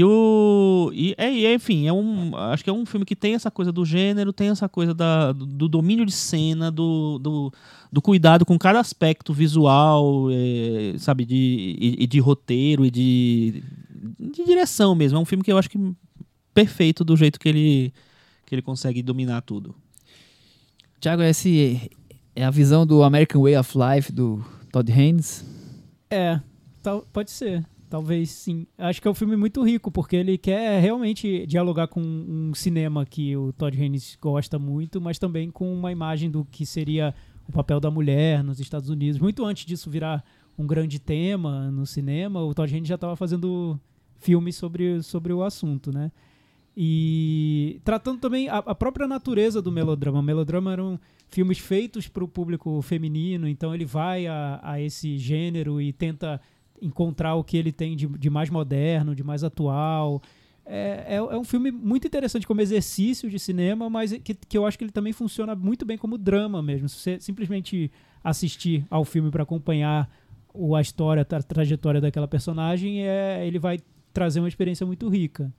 Enfim, acho que é um filme que tem essa coisa do gênero, tem essa coisa do domínio de cena, do cuidado com cada aspecto visual, sabe, de roteiro e de direção mesmo. É um filme que eu acho que perfeito do jeito que ele consegue dominar tudo. Thiago, essa é a visão do American Way of Life do Todd Haynes? Pode ser. Talvez sim. Acho que é um filme muito rico, porque ele quer realmente dialogar com um cinema que o Todd Haynes gosta muito, mas também com uma imagem do que seria o papel da mulher nos Estados Unidos. Muito antes disso virar um grande tema no cinema, o Todd Haynes já estava fazendo filmes sobre o assunto, né? E tratando também a própria natureza do melodrama. O melodrama eram filmes feitos para o público feminino, então ele vai a esse gênero e tenta encontrar o que ele tem de mais moderno, de mais atual. É um filme muito interessante como exercício de cinema, mas que eu acho que ele também funciona muito bem como drama mesmo. Se você simplesmente assistir ao filme para acompanhar a história, a trajetória daquela personagem, ele vai trazer uma experiência muito rica.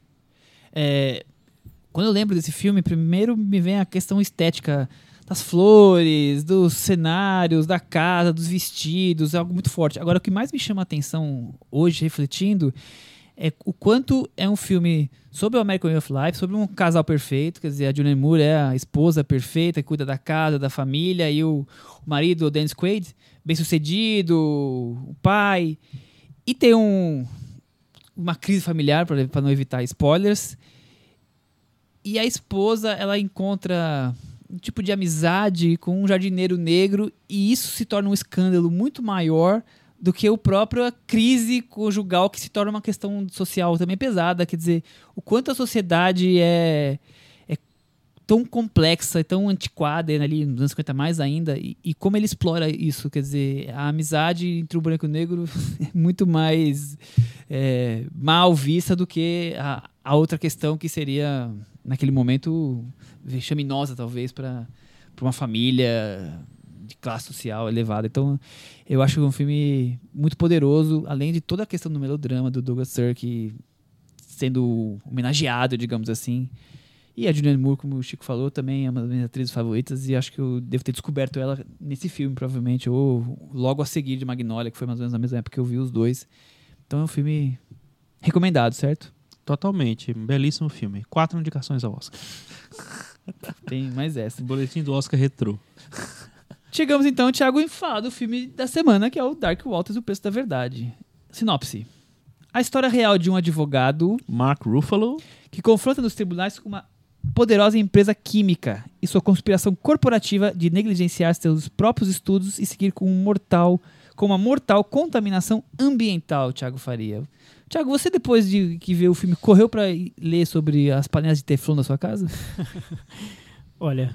Quando eu lembro desse filme, primeiro me vem a questão estética das flores, dos cenários, da casa, dos vestidos, é algo muito forte. Agora, o que mais me chama a atenção hoje, refletindo, é o quanto é um filme sobre o American Way of Life, sobre um casal perfeito, quer dizer, a Julianne Moore é a esposa perfeita, que cuida da casa, da família, e o marido, o Dennis Quaid, bem-sucedido, o pai, e tem uma crise familiar, para não evitar spoilers, e a esposa, ela encontra um tipo de amizade com um jardineiro negro, e isso se torna um escândalo muito maior do que a própria crise conjugal, que se torna uma questão social também pesada. Quer dizer, o quanto a sociedade é tão complexa, tão antiquada, ali nos anos 50 mais ainda, e como ele explora isso. Quer dizer, a amizade entre o branco e o negro é muito mais mal vista do que a outra questão que seria, naquele momento, vexaminosa, talvez, para uma família de classe social elevada. Então, eu acho um filme muito poderoso, além de toda a questão do melodrama do Douglas Sirk sendo homenageado, digamos assim. E a Julianne Moore, como o Chico falou, também é uma das minhas atrizes favoritas, e acho que eu devo ter descoberto ela nesse filme, provavelmente, ou logo a seguir de Magnolia, que foi mais ou menos na mesma época que eu vi os dois. Então é um filme recomendado, certo? Totalmente. Belíssimo filme. 4 indicações ao Oscar. Tem mais essa. Boletim do Oscar Retrô. Chegamos então, Thiago, em falar do filme da semana, que é o Dark Waters, O Preço da Verdade. Sinopse. A história real de um advogado, Mark Ruffalo, que confronta nos tribunais com uma poderosa empresa química e sua conspiração corporativa de negligenciar seus próprios estudos e seguir com uma mortal contaminação ambiental, Thiago Faria. Thiago, você depois de que viu o filme, correu para ler sobre as panelas de teflon da sua casa? Olha,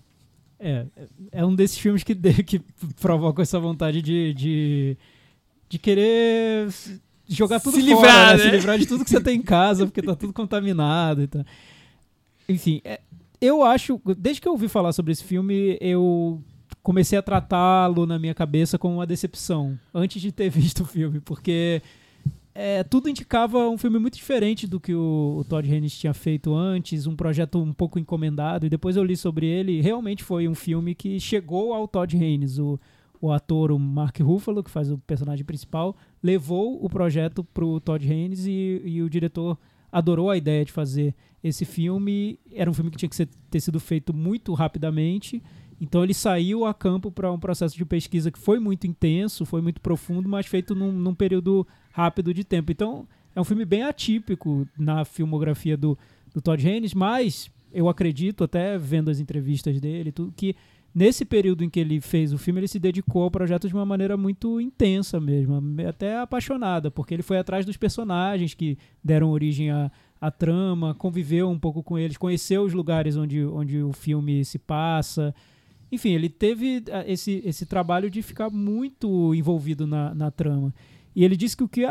é um desses filmes que provoca essa vontade de querer jogar tudo se fora, livrar, né? Se livrar de tudo que você tem em casa, porque tá tudo contaminado e tal. Enfim, eu acho, desde que eu ouvi falar sobre esse filme, eu comecei a tratá-lo na minha cabeça como uma decepção, antes de ter visto o filme, porque tudo indicava um filme muito diferente do que o Todd Haynes tinha feito antes, um projeto um pouco encomendado, e depois eu li sobre ele, e realmente foi um filme que chegou ao Todd Haynes, o ator, o Mark Ruffalo, que faz o personagem principal, levou o projeto pro Todd Haynes, e o diretor adorou a ideia de fazer esse filme. Era um filme que tinha que ter sido feito muito rapidamente, então ele saiu a campo para um processo de pesquisa que foi muito intenso, foi muito profundo, mas feito num período rápido de tempo. Então é um filme bem atípico na filmografia do Todd Haynes, mas eu acredito, até vendo as entrevistas dele, tudo, que nesse período em que ele fez o filme, ele se dedicou ao projeto de uma maneira muito intensa mesmo, até apaixonada, porque ele foi atrás dos personagens que deram origem à trama, conviveu um pouco com eles, conheceu os lugares onde o filme se passa. Enfim, ele teve esse trabalho de ficar muito envolvido na trama. E ele disse que o que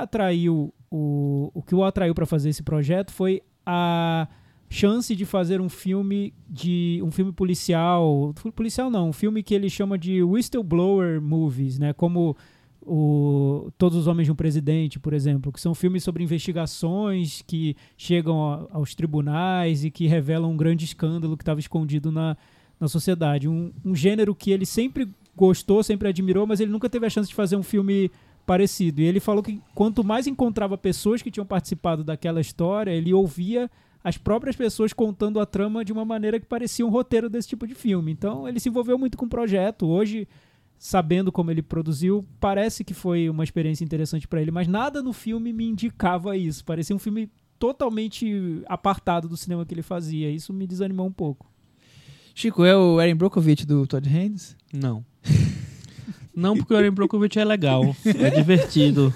o atraiu para fazer esse projeto foi a chance de fazer um filme policial não, um filme que ele chama de whistleblower movies, né? Como Todos os Homens de um Presidente, por exemplo, que são filmes sobre investigações que chegam aos tribunais e que revelam um grande escândalo que estava escondido na sociedade. Um gênero que ele sempre gostou, sempre admirou, mas ele nunca teve a chance de fazer um filme parecido. E ele falou que quanto mais encontrava pessoas que tinham participado daquela história, ele ouvia as próprias pessoas contando a trama de uma maneira que parecia um roteiro desse tipo de filme. Então ele se envolveu muito com o projeto. Hoje, sabendo como ele produziu, parece que foi uma experiência interessante para ele, mas nada no filme me indicava isso. Parecia um filme totalmente apartado do cinema que ele fazia. Isso me desanimou um pouco. Chico, é o Erin Brockovich do Todd Haynes? Não. Não, porque o Erin Brockovich é legal, é divertido.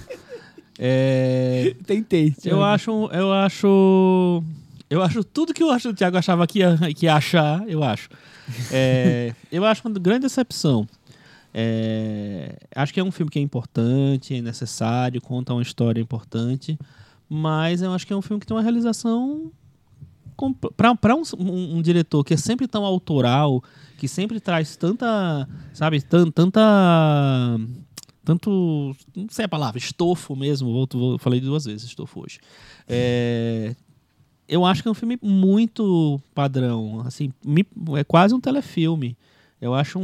Tentei. Eu acho tudo que o Thiago achava que ia achar, eu acho. Eu acho uma grande decepção. Acho que é um filme que é importante, é necessário, conta uma história importante, mas eu acho que é um filme que tem uma realização para um diretor que é sempre tão autoral, que sempre traz tanta, sabe, tanto, não sei a palavra, estofo mesmo, falei 2 vezes estofo hoje. Eu acho que é um filme muito padrão, assim, é quase um telefilme. Eu acho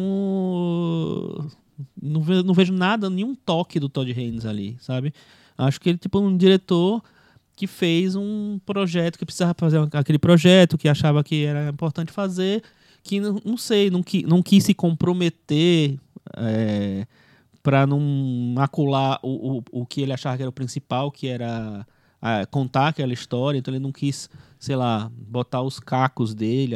não vejo nada, nenhum toque do Todd Haynes ali, sabe? Acho que ele tipo um diretor que fez um projeto, que precisava fazer aquele projeto, que achava que era importante fazer, que não sei, não quis se comprometer para não macular o que ele achava que era o principal, que era contar aquela história. Então ele não quis, sei lá, botar os cacos dele,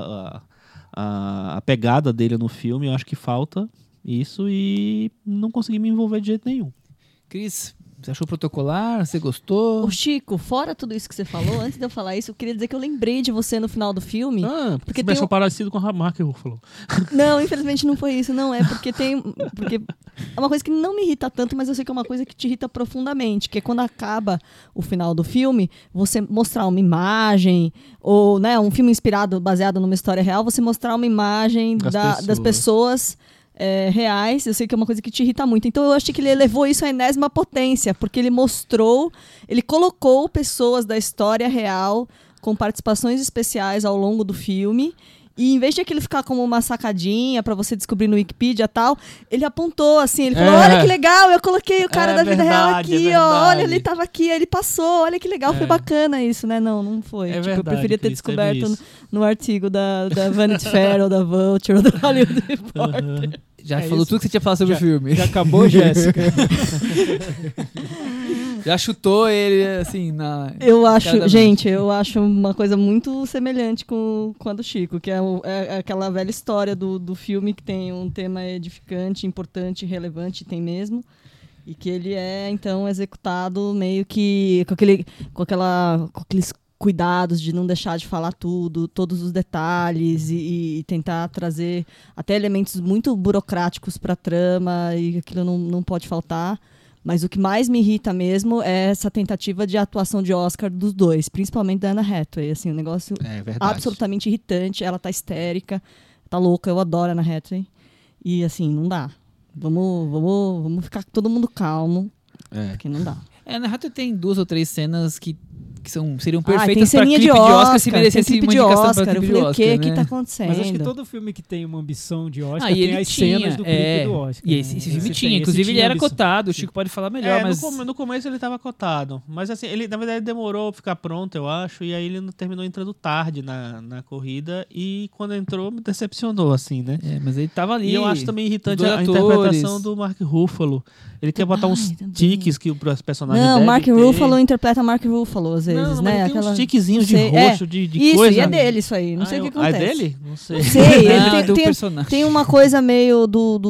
a pegada dele no filme. Eu acho que falta isso e não consegui me envolver de jeito nenhum. Cris, você achou protocolar? Você gostou? Ô Chico, fora tudo isso que você falou, antes de eu falar isso, eu queria dizer que eu lembrei de você no final do filme. Porque você achou parecido com o Mark Ruffalo. Não, infelizmente não foi isso. Não, é porque é uma coisa que não me irrita tanto, mas eu sei que é uma coisa que te irrita profundamente, que é quando acaba o final do filme, você mostrar uma imagem, ou né, um filme baseado numa história real, você mostrar uma imagem das pessoas reais. Eu sei que é uma coisa que te irrita muito. Então eu acho que ele elevou isso à enésima potência, porque ele colocou pessoas da história real com participações especiais ao longo do filme. E em vez de aquilo ficar como uma sacadinha pra você descobrir no Wikipedia e tal, ele apontou assim, ele falou, olha que legal, eu coloquei o cara da vida real aqui, ó, olha, ele tava aqui, ele passou, olha que legal, foi bacana isso, né? Não foi. Verdade, eu preferia ter descoberto no artigo da Vanity Fair ou da Vulture ou do Hollywood Reporter. Já falou tudo que você tinha falado sobre o filme. Já acabou, Jéssica? Já chutou ele, assim, eu acho uma coisa muito semelhante com a do Chico, que é aquela velha história do filme que tem um tema edificante, importante, relevante, tem mesmo, e que ele é, então, executado meio que com aqueles cuidados de não deixar de falar todos os detalhes e tentar trazer até elementos muito burocráticos para a trama, e aquilo não pode faltar. Mas o que mais me irrita mesmo é essa tentativa de atuação de Oscar dos dois, principalmente da Anne Hathaway. Assim, um negócio absolutamente irritante. Ela tá histérica, tá louca. Eu adoro a Anne Hathaway. E assim, não dá. Vamos ficar todo mundo calmo, porque não dá. A Anne Hathaway tem 2 ou 3 cenas que seriam perfeitas para clipe de Oscar se merecesse uma indicação para clipe de Oscar. O que tá acontecendo? Mas acho que todo filme que tem uma ambição de Oscar e tem ele as tinha, cenas do clipe do Oscar. E esse filme tinha. Inclusive, ele era cotado. O Chico pode falar melhor. Mas no começo ele estava cotado. Mas assim, ele na verdade demorou a ficar pronto, eu acho. E aí ele terminou entrando tarde na corrida. E quando entrou, me decepcionou, assim, né? Mas ele tava ali. E eu acho também irritante a interpretação do Mark Ruffalo. Ele quer botar uns tiques que os personagens Não, devem Mark ter. Ruffalo interpreta Mark Ruffalo às vezes, não, né? Tem uns tiquezinhos de roxo, de isso, coisa. Isso, e é dele isso aí. Não sei o que acontece. É dele? Não sei. Não sei. Ele tem uma coisa meio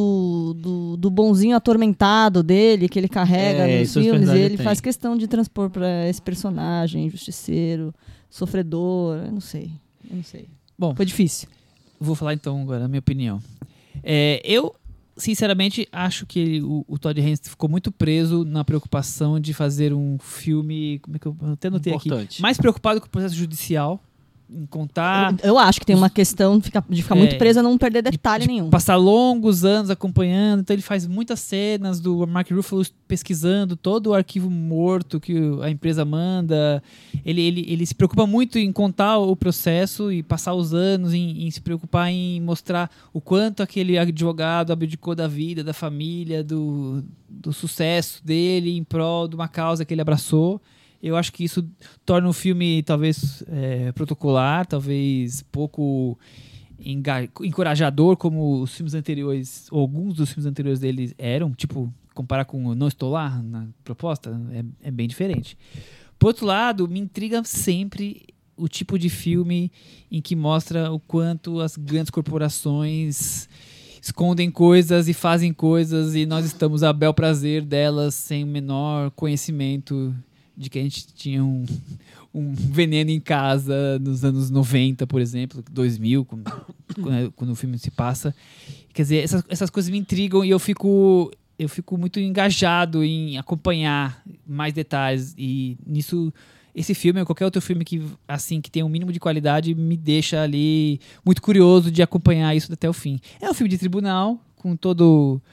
do bonzinho atormentado dele, que ele carrega nos filmes. E ele faz questão de transpor pra esse personagem, justiceiro, sofredor. Eu não sei. Bom, foi difícil. Vou falar então agora a minha opinião. Eu sinceramente, acho que o Todd Haynes ficou muito preso na preocupação de fazer um filme, como é que eu até notei aqui, mais preocupado com o processo judicial, em contar... Eu acho que tem uma questão de ficar muito preso a não perder detalhe nenhum. Passar longos anos acompanhando, então ele faz muitas cenas do Mark Ruffalo pesquisando todo o arquivo morto que a empresa manda. Ele se preocupa muito em contar o processo e passar os anos em se preocupar em mostrar o quanto aquele advogado abdicou da vida, da família, do sucesso dele em prol de uma causa que ele abraçou. Eu acho que isso torna o filme talvez protocolar, talvez pouco encorajador, como os filmes anteriores, ou alguns dos filmes anteriores deles eram. Tipo, comparar com Não Estou Lá, na proposta, é bem diferente. Por outro lado, me intriga sempre o tipo de filme em que mostra o quanto as grandes corporações escondem coisas e fazem coisas e nós estamos a bel prazer delas sem o menor conhecimento de que a gente tinha um veneno em casa nos anos 90, por exemplo, 2000, quando o filme se passa. Quer dizer, essas coisas me intrigam e eu fico muito engajado em acompanhar mais detalhes. E nisso, esse filme ou qualquer outro filme que tem um mínimo de qualidade me deixa ali muito curioso de acompanhar isso até o fim. É um filme de tribunal, com todo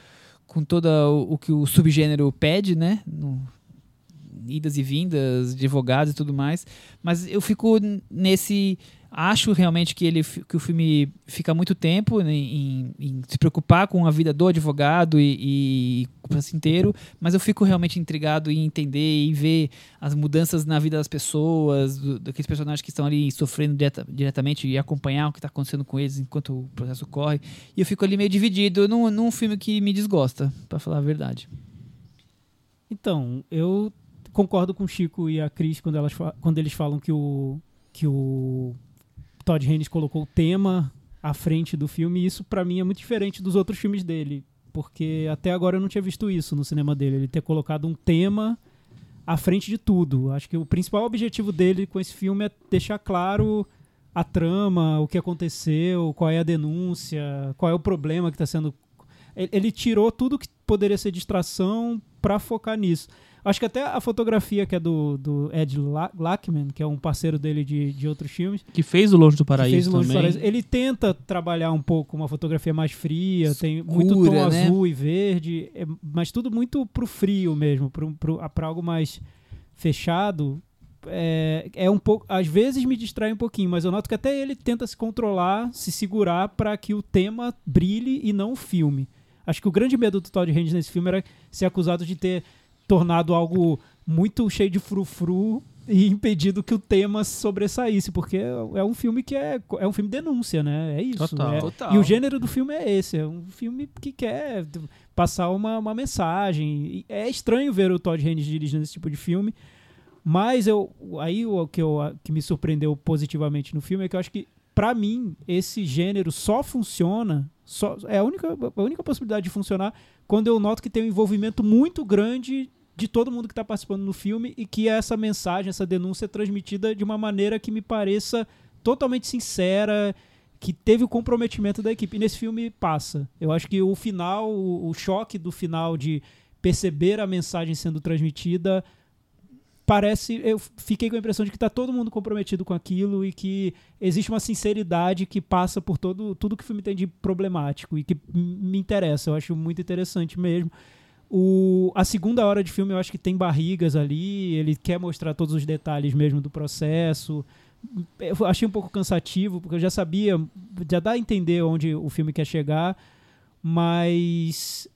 o que o subgênero pede, né? Idas e vindas, advogados e tudo mais. Mas eu fico nesse... Acho realmente que o filme fica muito tempo em se preocupar com a vida do advogado e o processo inteiro, mas eu fico realmente intrigado em entender e ver as mudanças na vida das pessoas, daqueles personagens que estão ali sofrendo diretamente e acompanhar o que está acontecendo com eles enquanto o processo corre. E eu fico ali meio dividido num filme que me desgosta, para falar a verdade. Então, eu concordo com o Chico e a Cris quando eles falam que o Todd Haynes colocou o tema à frente do filme, e isso pra mim é muito diferente dos outros filmes dele, porque até agora eu não tinha visto isso no cinema dele, ele ter colocado um tema à frente de tudo. Acho que o principal objetivo dele com esse filme é deixar claro a trama, o que aconteceu, qual é a denúncia, qual é o problema que está sendo... Ele tirou tudo que poderia ser distração pra focar nisso. Acho que até a fotografia que é do Ed Lachman, que é um parceiro dele de outros filmes. Que fez o Longe do Paraíso também. Ele tenta trabalhar um pouco uma fotografia mais fria, tem muito tom, né? Azul e verde, mas tudo muito pro frio mesmo, pra algo mais fechado. É um pouco, às vezes me distrai um pouquinho, mas eu noto que até ele tenta se controlar, se segurar para que o tema brilhe e não o filme. Acho que o grande medo do Todd Haynes nesse filme era ser acusado de ter tornado algo muito cheio de frufru e impedido que o tema sobressaísse, porque é um filme que é um filme denúncia, né? É isso. Total. E o gênero do filme é esse, é um filme que quer passar uma mensagem. E é estranho ver o Todd Haynes dirigindo esse tipo de filme, mas o que me surpreendeu positivamente no filme é que eu acho que, pra mim, esse gênero só funciona, é a única possibilidade de funcionar quando eu noto que tem um envolvimento muito grande de todo mundo que está participando no filme e que essa mensagem, essa denúncia é transmitida de uma maneira que me pareça totalmente sincera, que teve o comprometimento da equipe. E nesse filme passa. Eu acho que o final, o choque do final de perceber a mensagem sendo transmitida, eu fiquei com a impressão de que está todo mundo comprometido com aquilo e que existe uma sinceridade que passa por tudo que o filme tem de problemático e que me interessa. Eu acho muito interessante mesmo. A segunda hora de filme eu acho que tem barrigas ali, ele quer mostrar todos os detalhes mesmo do processo. Eu achei um pouco cansativo, porque eu já sabia, já dá a entender onde o filme quer chegar, mas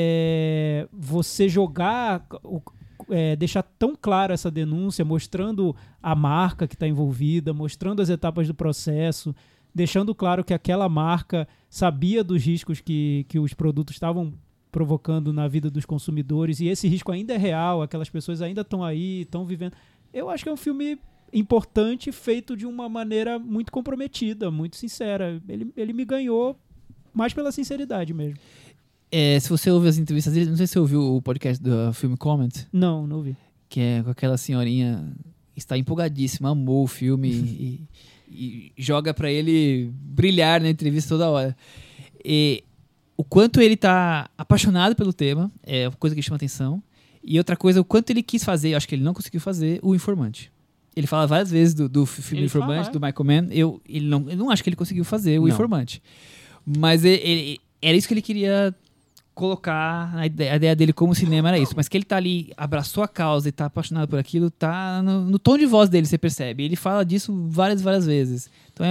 você jogar... deixar tão claro essa denúncia, mostrando a marca que está envolvida, mostrando as etapas do processo, deixando claro que aquela marca sabia dos riscos que os produtos estavam provocando na vida dos consumidores, e esse risco ainda é real, aquelas pessoas ainda estão aí, estão vivendo. Eu acho que é um filme importante, feito de uma maneira muito comprometida, muito sincera. Ele me ganhou mais pela sinceridade mesmo. Se você ouve as entrevistas dele, não sei se você ouviu o podcast do Film Comment. Não ouvi. Que é com aquela senhorinha que está empolgadíssima, amou o filme e joga pra ele brilhar na entrevista toda hora. E o quanto ele tá apaixonado pelo tema é uma coisa que chama atenção. E outra coisa, o quanto ele quis fazer, eu acho que ele não conseguiu fazer, O Informante. Ele fala várias vezes do filme Informante, do Michael Mann. Eu não acho que ele conseguiu fazer O Informante. Mas era isso que ele queria colocar, a ideia dele como cinema era isso, mas que ele tá ali, abraçou a causa e tá apaixonado por aquilo, tá no tom de voz dele, você percebe. Ele fala disso várias vezes. Então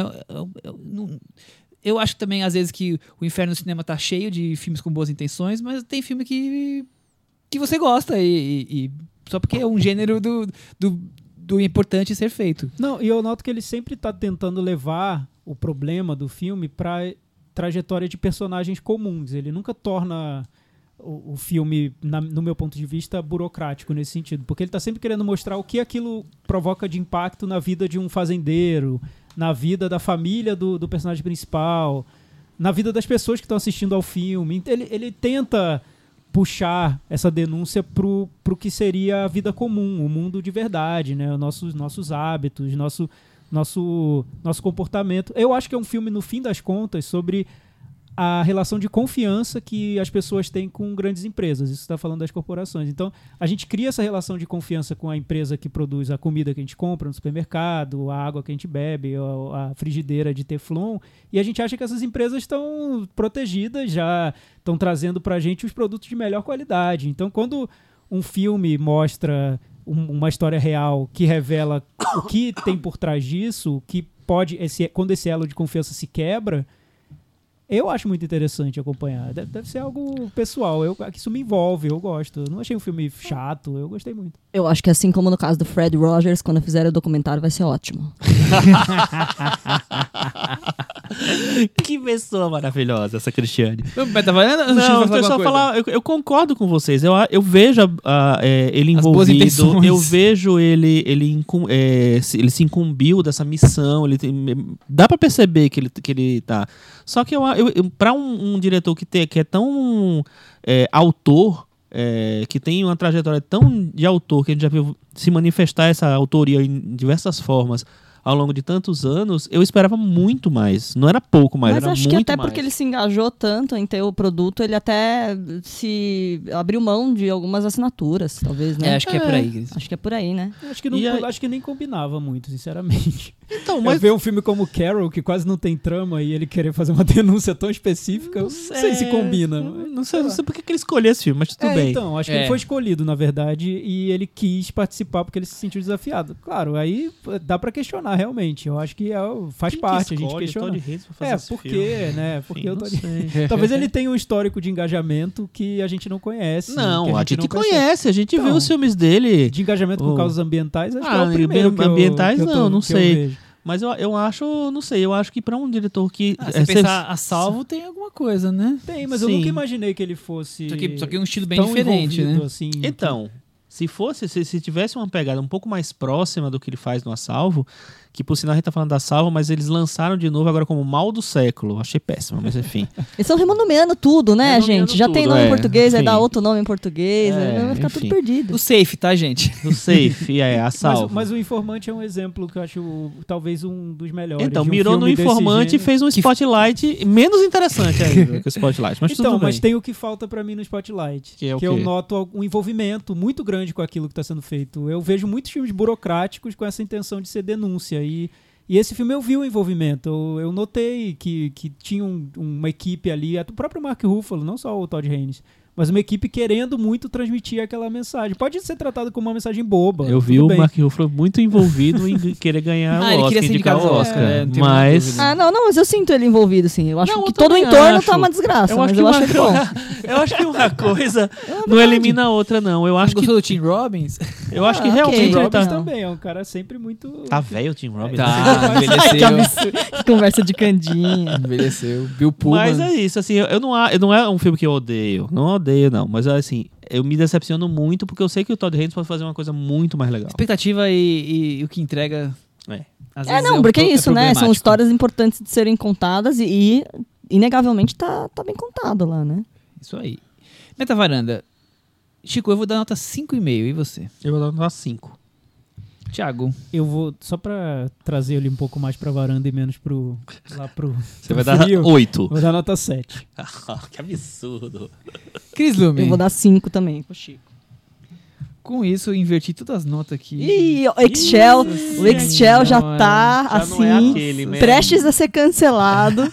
eu acho também, às vezes, que o inferno no cinema tá cheio de filmes com boas intenções, mas tem filme que você gosta e só porque é um gênero do importante ser feito. Não, e eu noto que ele sempre tá tentando levar o problema do filme pra trajetória de personagens comuns. Ele nunca torna o filme, no meu ponto de vista, burocrático nesse sentido, porque ele está sempre querendo mostrar o que aquilo provoca de impacto na vida de um fazendeiro, na vida da família do personagem principal, na vida das pessoas que estão assistindo ao filme. Ele tenta puxar essa denúncia pro que seria a vida comum, o mundo de verdade, né? Nossos hábitos, nosso comportamento. Eu acho que é um filme, no fim das contas, sobre a relação de confiança que as pessoas têm com grandes empresas. Isso está falando das corporações. Então, a gente cria essa relação de confiança com a empresa que produz a comida que a gente compra no supermercado, a água que a gente bebe, a frigideira de Teflon, e a gente acha que essas empresas estão protegidas, já estão trazendo para a gente os produtos de melhor qualidade. Então, quando um filme mostra uma história real que revela o que tem por trás disso, que pode, quando esse elo de confiança se quebra, eu acho muito interessante acompanhar. Deve ser algo pessoal. Isso me envolve, eu gosto. Eu não achei um filme chato, eu gostei muito. Eu acho que assim como no caso do Fred Rogers, quando fizer o documentário vai ser ótimo. Que pessoa maravilhosa essa Cristiane. Eu concordo com vocês. Eu vejo ele envolvido. Eu vejo ele se incumbiu dessa missão. Dá pra perceber que ele tá. Só que pra um diretor que é tão autor, que tem uma trajetória tão de autor, que a gente já viu se manifestar essa autoria em diversas formas ao longo de tantos anos, eu esperava muito mais. Não era pouco mais, era muito mais. Mas acho que até porque ele se engajou tanto em ter o produto, ele até se abriu mão de algumas assinaturas, talvez, né? Acho que é por aí. Acho que é por aí, né? Acho que nem combinava muito, sinceramente. Então, mas... ver um filme como Carol, que quase não tem trama, e ele querer fazer uma denúncia tão específica, não sei se combina. Não sei por que ele escolheu esse filme, mas tudo bem. Então, acho que ele foi escolhido, na verdade, e ele quis participar porque ele se sentiu desafiado. Claro, aí dá pra questionar, realmente. Eu acho que faz parte a gente questionar. Por quê, né? Porque eu tô Talvez ele tenha um histórico de engajamento que a gente não conhece. Não, a gente conhece, a gente vê os filmes dele. De engajamento por causas ambientais, acho que é o primeiro ambientais não sei. Mas eu acho, não sei, eu acho que pra um diretor que... se pensar a salvo tem alguma coisa, né? Tem, mas eu nunca imaginei que ele fosse... Só que um estilo bem diferente, né? Assim, então, se tivesse uma pegada um pouco mais próxima do que ele faz no A Salvo, que por sinal a gente tá falando da Salvo, mas eles lançaram de novo agora como Mal do Século. Achei péssimo, mas enfim. Eles estão renomeando tudo, né, gente? Já tem nome em português, aí dá outro nome em português, vai ficar tudo perdido. O Safe, tá, gente? O Safe, A Salvo. Mas o Informante é um exemplo que eu acho talvez um dos melhores. Então, mirou no Informante e fez um Spotlight menos interessante ainda que o Spotlight, mas tudo bem. Mas tem o que falta pra mim no Spotlight, que eu noto um envolvimento muito grande com aquilo que tá sendo feito. Eu vejo muitos filmes burocráticos com essa intenção de ser denúncia. E esse filme eu vi o envolvimento. Eu notei que tinha uma equipe ali, o próprio Mark Ruffalo, não só o Todd Haynes, mas uma equipe querendo muito transmitir aquela mensagem. Pode ser tratado como uma mensagem boba. Eu vi o Mark Ruffalo muito envolvido em querer ganhar o Oscar. Ele queria ser indicado ao Oscar. Mas... mas eu sinto ele envolvido, sim. Eu acho que todo o entorno tá uma desgraça, mas eu acho ele bom. Eu acho que uma coisa não elimina a outra, não. Eu acho Gostou do Tim Robbins? Eu acho que realmente Tim ele tá... também é um cara sempre muito... Tá velho o Tim Robbins. Tá, envelheceu. Que conversa de candinha. Envelheceu. Bill Pullman. Mas é isso, assim, não é um filme que eu odeio. Não odeio, não. Mas assim, eu me decepciono muito porque eu sei que o Todd Haynes pode fazer uma coisa muito mais legal. Expectativa e o que entrega... Às vezes porque é isso, né? São histórias importantes de serem contadas e inegavelmente tá bem contado lá, né? Isso aí. Meta Varanda. Chico, eu vou dar nota 5,5. E você? Eu vou dar nota 5. Thiago. Eu vou, só pra trazer ele um pouco mais pra varanda e menos lá pro Você vai dar 8. Vou dar nota 7. Que absurdo. Cris Lume. Eu vou dar 5 também, com o Chico. Com isso, eu inverti todas as notas aqui. Ih, o Excel já tá já assim, não é aquele, prestes a ser cancelado.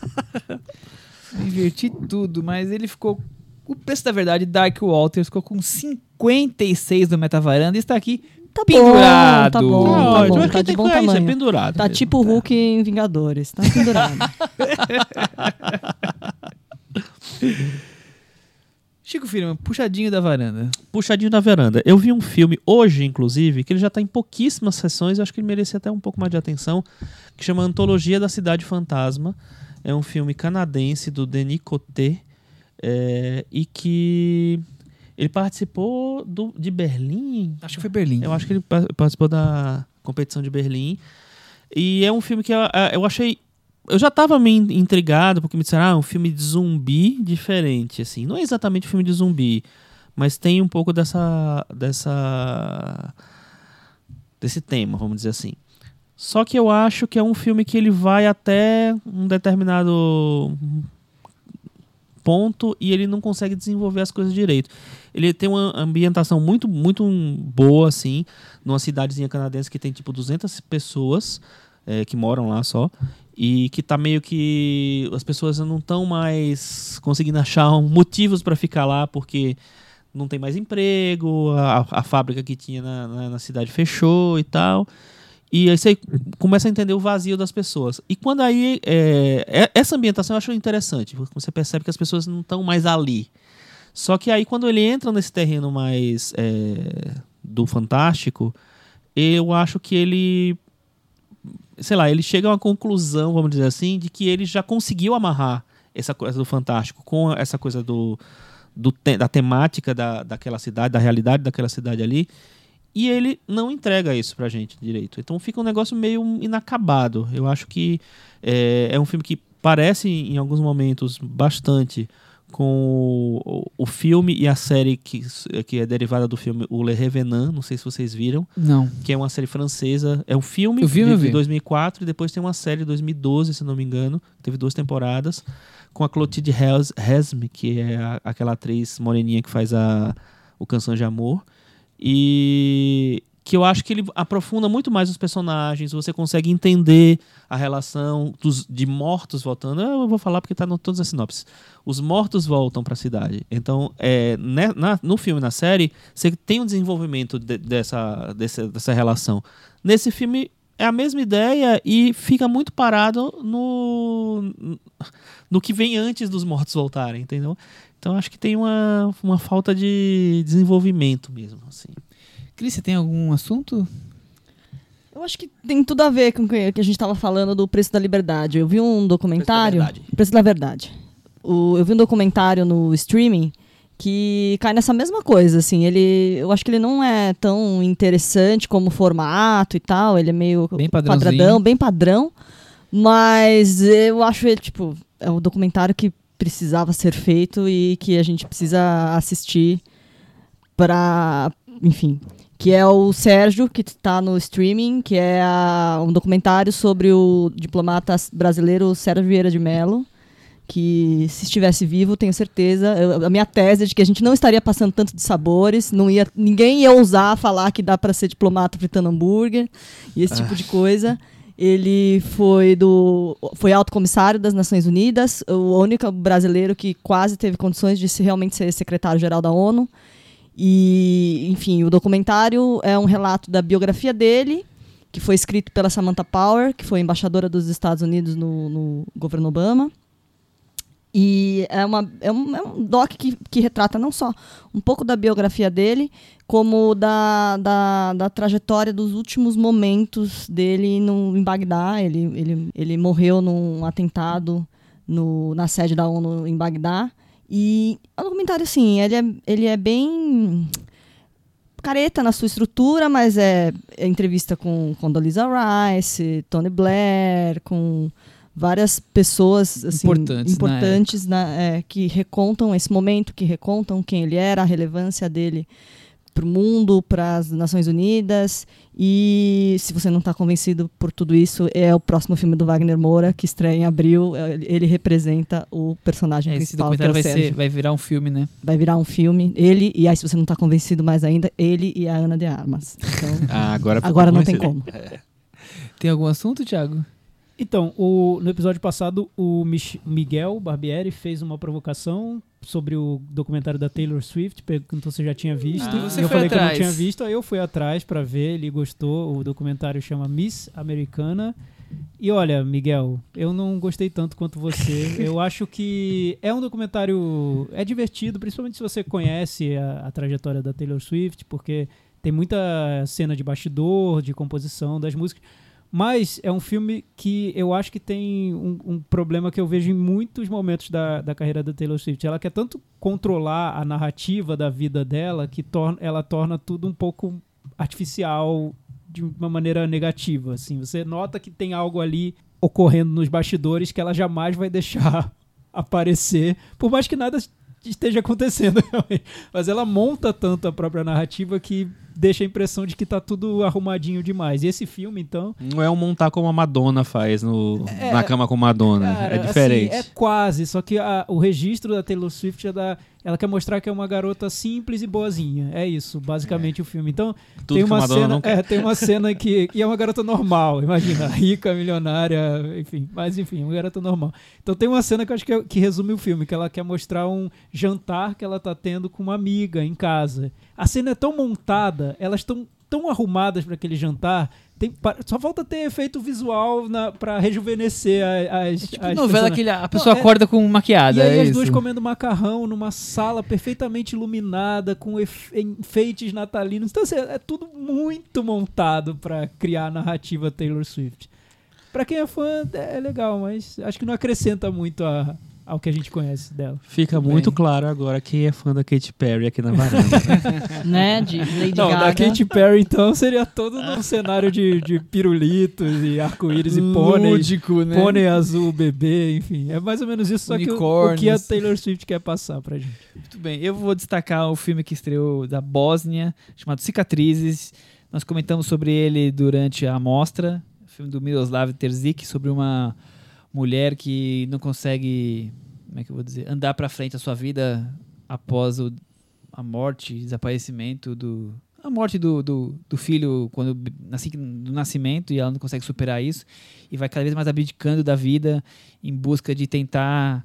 Inverti tudo, mas ele ficou... O Preço da Verdade, Dark Walters, ficou com 56 do Metavaranda e está aqui pendurado. Tá bom, tá de bom tamanho. É pendurado tá mesmo, tipo o Hulk em Vingadores, tá pendurado. Chico Firman, Puxadinho da Varanda. Puxadinho da Varanda. Eu vi um filme hoje, inclusive, que ele já está em pouquíssimas sessões, eu acho que ele merecia até um pouco mais de atenção, que chama Antologia da Cidade Fantasma. É um filme canadense do Denis Coté, e que ele participou de Berlim. Acho que foi Berlim. Eu acho que ele participou da competição de Berlim. E é um filme que eu achei... Eu já estava meio intrigado, porque me disseram, é um filme de zumbi diferente, assim. Não é exatamente um filme de zumbi, mas tem um pouco desse tema, vamos dizer assim. Só que eu acho que é um filme que ele vai até um determinado ponto e ele não consegue desenvolver as coisas direito. Ele tem uma ambientação muito, muito boa, assim, numa cidadezinha canadense que tem tipo 200 pessoas que moram lá só, e que tá meio que as pessoas não estão mais conseguindo achar motivos para ficar lá, porque não tem mais emprego, a fábrica que tinha na cidade fechou e tal. E aí você começa a entender o vazio das pessoas. E quando aí... essa ambientação eu acho interessante. Você percebe que as pessoas não estão mais ali. Só que aí quando ele entra nesse terreno mais do fantástico, eu acho que ele... Sei lá, ele chega a uma conclusão, vamos dizer assim, de que ele já conseguiu amarrar essa coisa do fantástico com essa coisa da temática daquela cidade, da realidade daquela cidade ali. E ele não entrega isso pra gente direito. Então fica um negócio meio inacabado. Eu acho que é um filme que parece, em alguns momentos, bastante com o filme e a série que é derivada do filme, o Le Revenant. Não sei se vocês viram. Não. Que é uma série francesa. É um filme de 2004 e depois tem uma série de 2012, se não me engano. Teve 2 temporadas. Com a Clotilde Hesme, que é aquela atriz moreninha que faz o Canção de Amor. E que eu acho que ele aprofunda muito mais os personagens, você consegue entender a relação de mortos voltando. Eu vou falar porque está em todas as sinopses. Os mortos voltam para a cidade. Então, no filme, na série, você tem um desenvolvimento dessa relação. Nesse filme, é a mesma ideia e fica muito parado no que vem antes dos mortos voltarem, entendeu? Então, acho que tem uma falta de desenvolvimento mesmo, assim. Cris, você tem algum assunto? Eu acho que tem tudo a ver com o que a gente estava falando do Preço da Liberdade. Eu vi um documentário... Preço da Verdade. Eu vi um documentário no streaming que cai nessa mesma coisa, assim. Eu acho que ele não é tão interessante como formato e tal. Ele é meio quadradão, bem padrão. Mas eu acho ele, tipo... É um documentário que precisava ser feito e que a gente precisa assistir para... Enfim... Que é o Sérgio, que está no streaming, que é um documentário sobre o diplomata brasileiro Sérgio Vieira de Mello, que se estivesse vivo, tenho certeza, a minha tese é de que a gente não estaria passando tanto de sabores, ninguém ia ousar falar que dá para ser diplomata fritando hambúrguer e esse tipo de coisa. Ele foi alto comissário das Nações Unidas, o único brasileiro que quase teve condições de realmente ser secretário-geral da ONU. E, enfim, o documentário é um relato da biografia dele, que foi escrito pela Samantha Power, que foi embaixadora dos Estados Unidos no governo Obama. E é um doc que retrata não só um pouco da biografia dele, como da trajetória dos últimos momentos dele em Bagdá. Ele morreu num atentado na sede da ONU em Bagdá. E o documentário, assim, ele é bem careta na sua estrutura, mas é entrevista com Condoleezza Rice, Tony Blair, com várias pessoas assim, importantes que recontam esse momento, que recontam quem ele era, a relevância dele para o mundo, para as Nações Unidas. E se você não está convencido por tudo isso, é o próximo filme do Wagner Moura, que estreia em abril. Ele representa o personagem principal. Esse documentário vai virar um filme, né? Vai virar um filme. Ele, e aí se você não está convencido mais ainda, ele e a Ana de Armas. Então, agora não tem como. Tem algum assunto, Thiago? Então, no episódio passado, o Miguel Barbieri fez uma provocação sobre o documentário da Taylor Swift, perguntou se eu já tinha visto. Eu falei que eu não tinha visto, aí eu fui atrás pra ver, ele gostou. O documentário chama Miss Americana. E olha, Miguel, eu não gostei tanto quanto você. Eu acho que é um documentário... É divertido, principalmente se você conhece a trajetória da Taylor Swift, porque tem muita cena de bastidor, de composição das músicas. Mas é um filme que eu acho que tem um problema que eu vejo em muitos momentos da carreira da Taylor Swift. Ela quer tanto controlar a narrativa da vida dela que ela torna tudo um pouco artificial de uma maneira negativa. Assim. Você nota que tem algo ali ocorrendo nos bastidores que ela jamais vai deixar aparecer, por mais que nada esteja acontecendo. Mas ela monta tanto a própria narrativa que deixa a impressão de que tá tudo arrumadinho demais. E esse filme, então... Não é um montar como a Madonna faz na cama com Madonna. Cara, é diferente. Assim, é quase, só que o registro da Taylor Swift ela quer mostrar que é uma garota simples e boazinha. É isso, basicamente, o filme. Então, Tudo tem uma cena que é uma garota normal, imagina, rica, milionária, enfim, uma garota normal. Então tem uma cena que eu acho que resume o filme, que ela quer mostrar um jantar que ela tá tendo com uma amiga em casa. A cena é tão montada, elas estão tão arrumadas para aquele jantar, só falta ter efeito visual pra rejuvenescer as novela que a pessoa acorda com maquiada. E aí as isso. duas comendo macarrão numa sala perfeitamente iluminada, com enfeites natalinos. Então, assim, é tudo muito montado pra criar a narrativa Taylor Swift. Pra quem é fã, é legal, mas acho que não acrescenta muito ao que a gente conhece dela. Fica muito claro agora quem é fã da Katy Perry aqui na varanda. Né? De Lady Não, Gaga. da Katy Perry, então, seria todo num cenário de pirulitos e arco-íris e pônei. Lúdico, né? Pônei azul, bebê, enfim. É mais ou menos isso, só que o que a Taylor Swift quer passar pra gente. Muito bem, eu vou destacar o filme que estreou da Bósnia, chamado Cicatrizes. Nós comentamos sobre ele durante a mostra, o filme do Miroslav Terzic, sobre uma mulher que não consegue, como é que eu vou dizer, andar para frente a sua vida após a morte, desaparecimento a morte do filho do nascimento, e ela não consegue superar isso e vai cada vez mais abdicando da vida em busca de tentar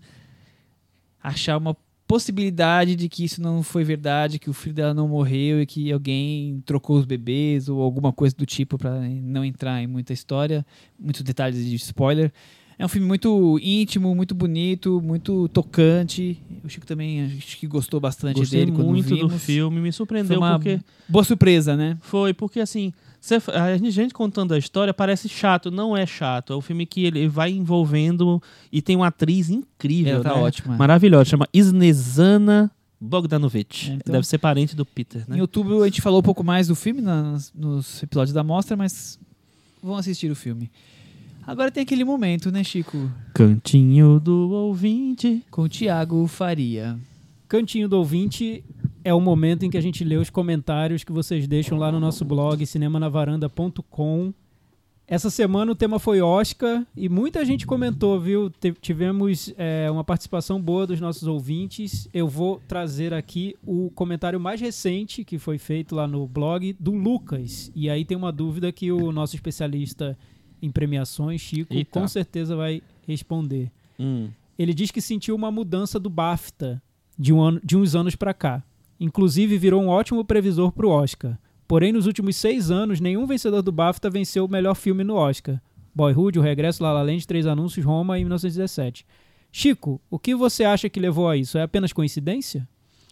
achar uma possibilidade de que isso não foi verdade, que o filho dela não morreu e que alguém trocou os bebês ou alguma coisa do tipo, para não entrar em muita história, muitos detalhes de spoiler. É um filme muito íntimo, muito bonito, muito tocante. O Chico também acho que gostou bastante dele quando vimos. Gostei muito do filme, me surpreendeu foi uma porque... boa surpresa, né? Foi, porque assim, a gente contando a história parece chato, não é chato. É um filme que ele vai envolvendo e tem uma atriz incrível, Ela tá ótima. Maravilhosa, chama Snezana Bogdanovic. Então, deve ser parente do Peter, né? Em outubro a gente falou um pouco mais do filme nos episódios da mostra, mas vão assistir o filme. Agora tem aquele momento, né, Chico? Cantinho do Ouvinte. Com o Thiago Faria. Cantinho do Ouvinte é o momento em que a gente lê os comentários que vocês deixam lá no nosso blog, cinemanavaranda.com. Essa semana o tema foi Oscar e muita gente comentou, viu? Tivemos uma participação boa dos nossos ouvintes. Eu vou trazer aqui o comentário mais recente que foi feito lá no blog do Lucas. E aí tem uma dúvida que o nosso especialista em premiações, Chico, com certeza vai responder. Ele diz que sentiu uma mudança do BAFTA de uns anos para cá. Inclusive virou um ótimo previsor para o Oscar. Porém, nos últimos 6 anos, nenhum vencedor do BAFTA venceu o melhor filme no Oscar. Boyhood, O Regresso, La La Land, 3 Anúncios, Roma em 1917. Chico, o que você acha que levou a isso? É apenas coincidência?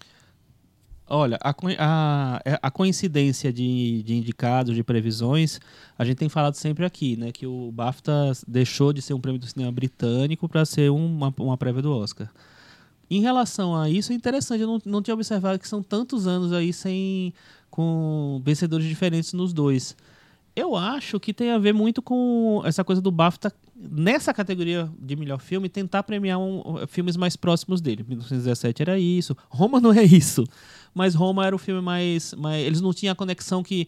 Olha, a coincidência de indicados, de previsões, a gente tem falado sempre aqui, né? Que o BAFTA deixou de ser um prêmio do cinema britânico para ser uma prévia do Oscar. Em relação a isso, é interessante, eu não tinha observado que são tantos anos aí com vencedores diferentes nos dois. Eu acho que tem a ver muito com essa coisa do BAFTA, nessa categoria de melhor filme, tentar premiar filmes mais próximos dele. 1917 era isso, Roma não é isso, mas Roma era o filme mais eles não tinham a conexão que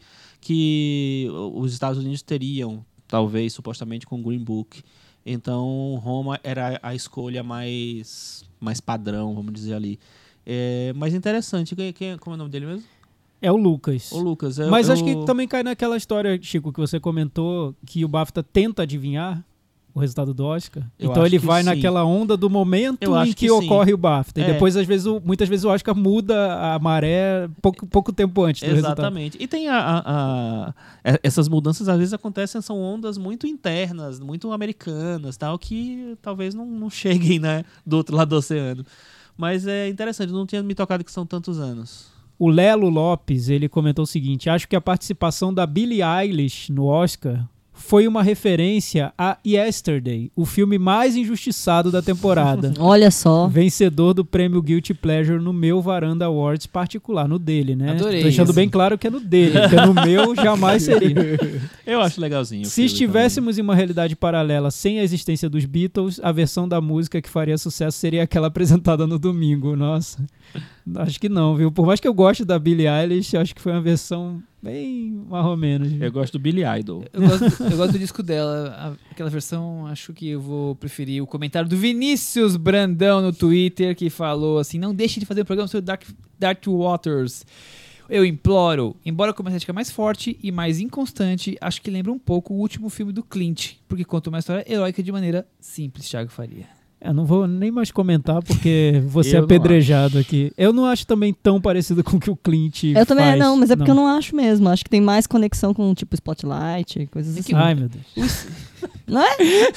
os Estados Unidos teriam, talvez, supostamente, com o Green Book. Então, Roma era a escolha mais padrão, vamos dizer ali. Mas interessante. Como é o nome dele mesmo? É o Lucas. O Lucas. Mas acho que também cai naquela história, Chico, que você comentou, que o BAFTA tenta adivinhar o resultado do Oscar. Então ele vai naquela onda do momento em que ocorre o BAFTA. E depois, muitas vezes, o Oscar muda a maré pouco tempo antes do resultado. Exatamente. E tem essas mudanças, às vezes acontecem, são ondas muito internas, muito americanas, tal, que talvez não cheguem, né, do outro lado do oceano. Mas é interessante, não tinha me tocado que são tantos anos. O Lelo Lopes, ele comentou o seguinte: acho que a participação da Billie Eilish no Oscar foi uma referência a Yesterday, o filme mais injustiçado da temporada. Olha só. Vencedor do prêmio Guilty Pleasure no meu Varanda Awards particular, no dele, né? Adorei. Tô deixando bem claro que é no dele, porque no meu jamais seria. Eu acho legalzinho. Se estivéssemos em uma realidade paralela sem a existência dos Beatles, a versão da música que faria sucesso seria aquela apresentada no domingo. Nossa, acho que não, viu? Por mais que eu goste da Billie Eilish, acho que foi uma versão bem mais ou menos. Eu gosto do Billy Idol. Eu gosto do disco dela. Aquela versão, acho que eu vou preferir o comentário do Vinícius Brandão no Twitter, que falou assim: não deixe de fazer o programa sobre Dark Waters. Eu imploro. Embora com uma estética mais forte e mais inconstante, acho que lembra um pouco o último filme do Clint, porque conta uma história heróica de maneira simples, Thiago Faria. Eu não vou nem mais comentar, porque você é apedrejado aqui. Eu não acho também tão parecido com o que o Clint Eu também faz. não, mas é porque eu não acho mesmo. Acho que tem mais conexão com, tipo, Spotlight, coisas assim. Ai, meu Deus. Não é?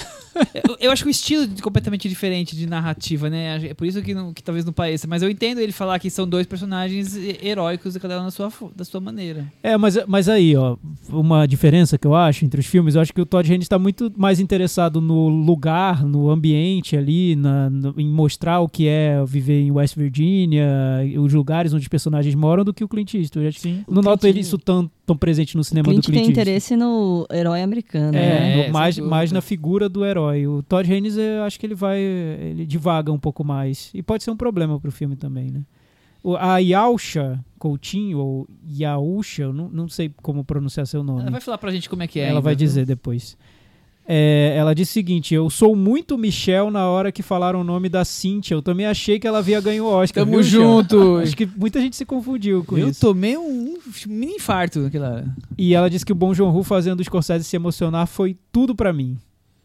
Eu acho que o estilo é completamente diferente de narrativa, né? É por isso que talvez não pareça. Mas eu entendo ele falar que são dois personagens heróicos, cada um da sua maneira. Mas aí, ó, uma diferença que eu acho entre os filmes, eu acho que o Todd Haynes está muito mais interessado no lugar, no ambiente ali, em mostrar o que é viver em West Virginia, os lugares onde os personagens moram, do que o Clint Eastwood. Sim, não noto isso tão presente no cinema do Clint Eastwood. Tem interesse no herói americano. Mais na figura do herói. O Todd Haynes, eu acho que ele divaga um pouco mais. E pode ser um problema pro filme também, né? A Yausha Coutinho, ou Yausha, eu não sei como pronunciar seu nome. Ela vai falar pra gente como é que é. Ela vai dizer depois. Ela disse o seguinte: eu sou muito Michelle na hora que falaram o nome da Cynthia. Eu também achei que ela havia ganho o Oscar. Tamo junto. Acho que muita gente se confundiu com isso. Eu tomei um mini infarto naquela hora. E ela disse que o Bong Joon-ho fazendo o Scorsese se emocionar foi tudo pra mim.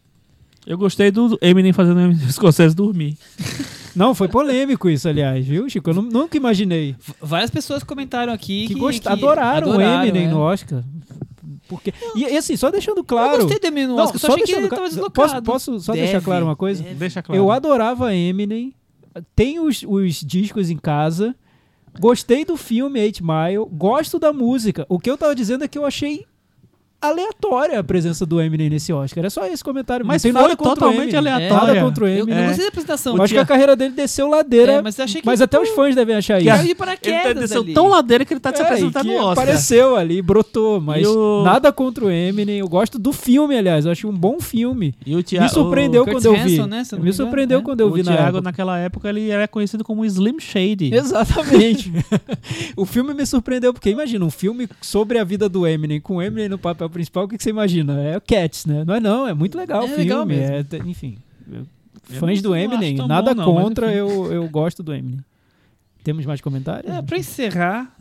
Eu gostei do Eminem fazendo o Scorsese dormir. Não, foi polêmico isso, aliás, viu, Chico? Eu nunca imaginei. Várias pessoas comentaram aqui que adoraram o Eminem no Oscar. Porque, e assim, só deixando claro... Eu gostei do Eminem no Oscar, só achei que ele tava deslocado. Posso só deixar claro uma coisa? Deixa claro. Eu adorava Eminem, tenho os discos em casa, gostei do filme 8 Mile, gosto da música. O que eu tava dizendo é que eu achei aleatória a presença do Eminem nesse Oscar. É só esse comentário. Mas não tem foi nada contra totalmente aleatória. Nada contra o Eminem. Eu não gostei da apresentação. Eu acho que a carreira dele desceu ladeira, mas até os fãs devem achar isso. Ele desceu tão ladeira que ele tá se apresentando no Oscar. Apareceu ali, brotou, mas nada contra o Eminem. Eu gosto do filme, aliás. Eu achei um bom filme. Me surpreendeu quando eu vi. Me surpreendeu quando eu vi na época. O Thiago, naquela época, ele era conhecido como Slim Shady. Exatamente. O filme me surpreendeu, porque imagina, um filme sobre a vida do Eminem, com o Eminem no papel principal, o que você imagina? É o Cats, né? Não, é muito legal o filme. Legal mesmo. Enfim, fãs do Eminem, nada contra, eu gosto do Eminem. Temos mais comentários? Pra encerrar,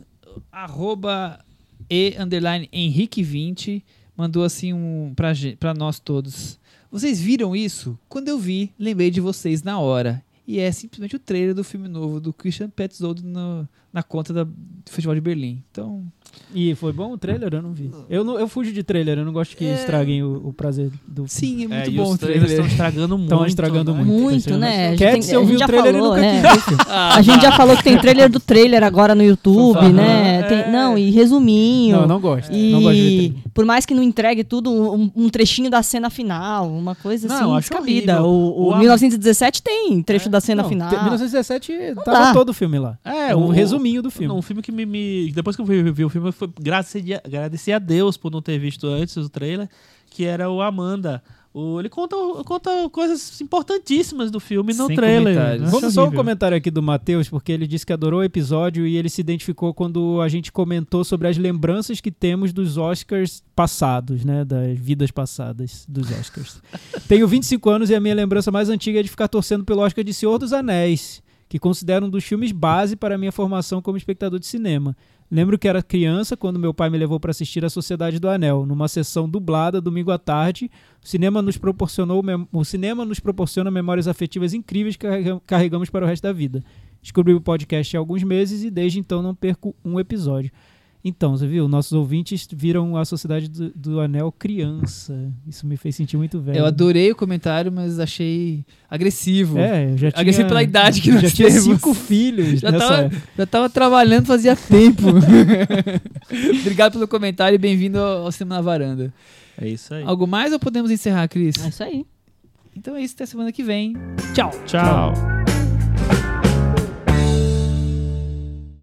@e_henrique20 mandou assim pra nós todos. Vocês viram isso? Quando eu vi, lembrei de vocês na hora. E é simplesmente o trailer do filme novo do Christian Petzold na conta do Festival de Berlim. Então... E foi bom o trailer? Eu não vi. Eu fujo de trailer, eu não gosto que estraguem o prazer do filme. Sim, é muito bom. Os trailers estão estragando muito. Estão estragando muito. Muito, né? Cats, eu vi o trailer e nunca quis ver. A gente já falou que tem trailer do trailer agora no YouTube, né? E resuminho. Não gosto. Não gosto de ver trailer. Por mais que não entregue tudo, um trechinho da cena final, uma coisa assim, descabida. O 1917 tem trecho da cena final. 1917 tava todo o filme lá. Um resuminho do filme. Um filme que depois que eu vi o filme, foi agradecer a Deus por não ter visto antes o trailer, que era o Amanda. Ele conta coisas importantíssimas do filme no trailer. Vamos só um comentário aqui do Matheus, porque ele disse que adorou o episódio e ele se identificou quando a gente comentou sobre as lembranças que temos dos Oscars passados, né? Das vidas passadas dos Oscars. Tenho 25 anos e a minha lembrança mais antiga é de ficar torcendo pelo Oscar de Senhor dos Anéis, que considero um dos filmes base para a minha formação como espectador de cinema. Lembro que era criança quando meu pai me levou para assistir A Sociedade do Anel, numa sessão dublada, domingo à tarde. O cinema nos proporciona memórias afetivas incríveis que carregamos para o resto da vida. Descobri o podcast há alguns meses e desde então não perco um episódio. Então, você viu? Nossos ouvintes viram A Sociedade do Anel criança. Isso me fez sentir muito velho. Eu adorei o comentário, mas achei agressivo. Eu já tinha... Agressivo pela idade que nós temos. Já tinha 5 filhos já tava trabalhando fazia tempo. Obrigado pelo comentário e bem-vindo ao Cinema na Varanda. É isso aí. Algo mais ou podemos encerrar, Cris? É isso aí. Então é isso, até semana que vem. Tchau. Tchau.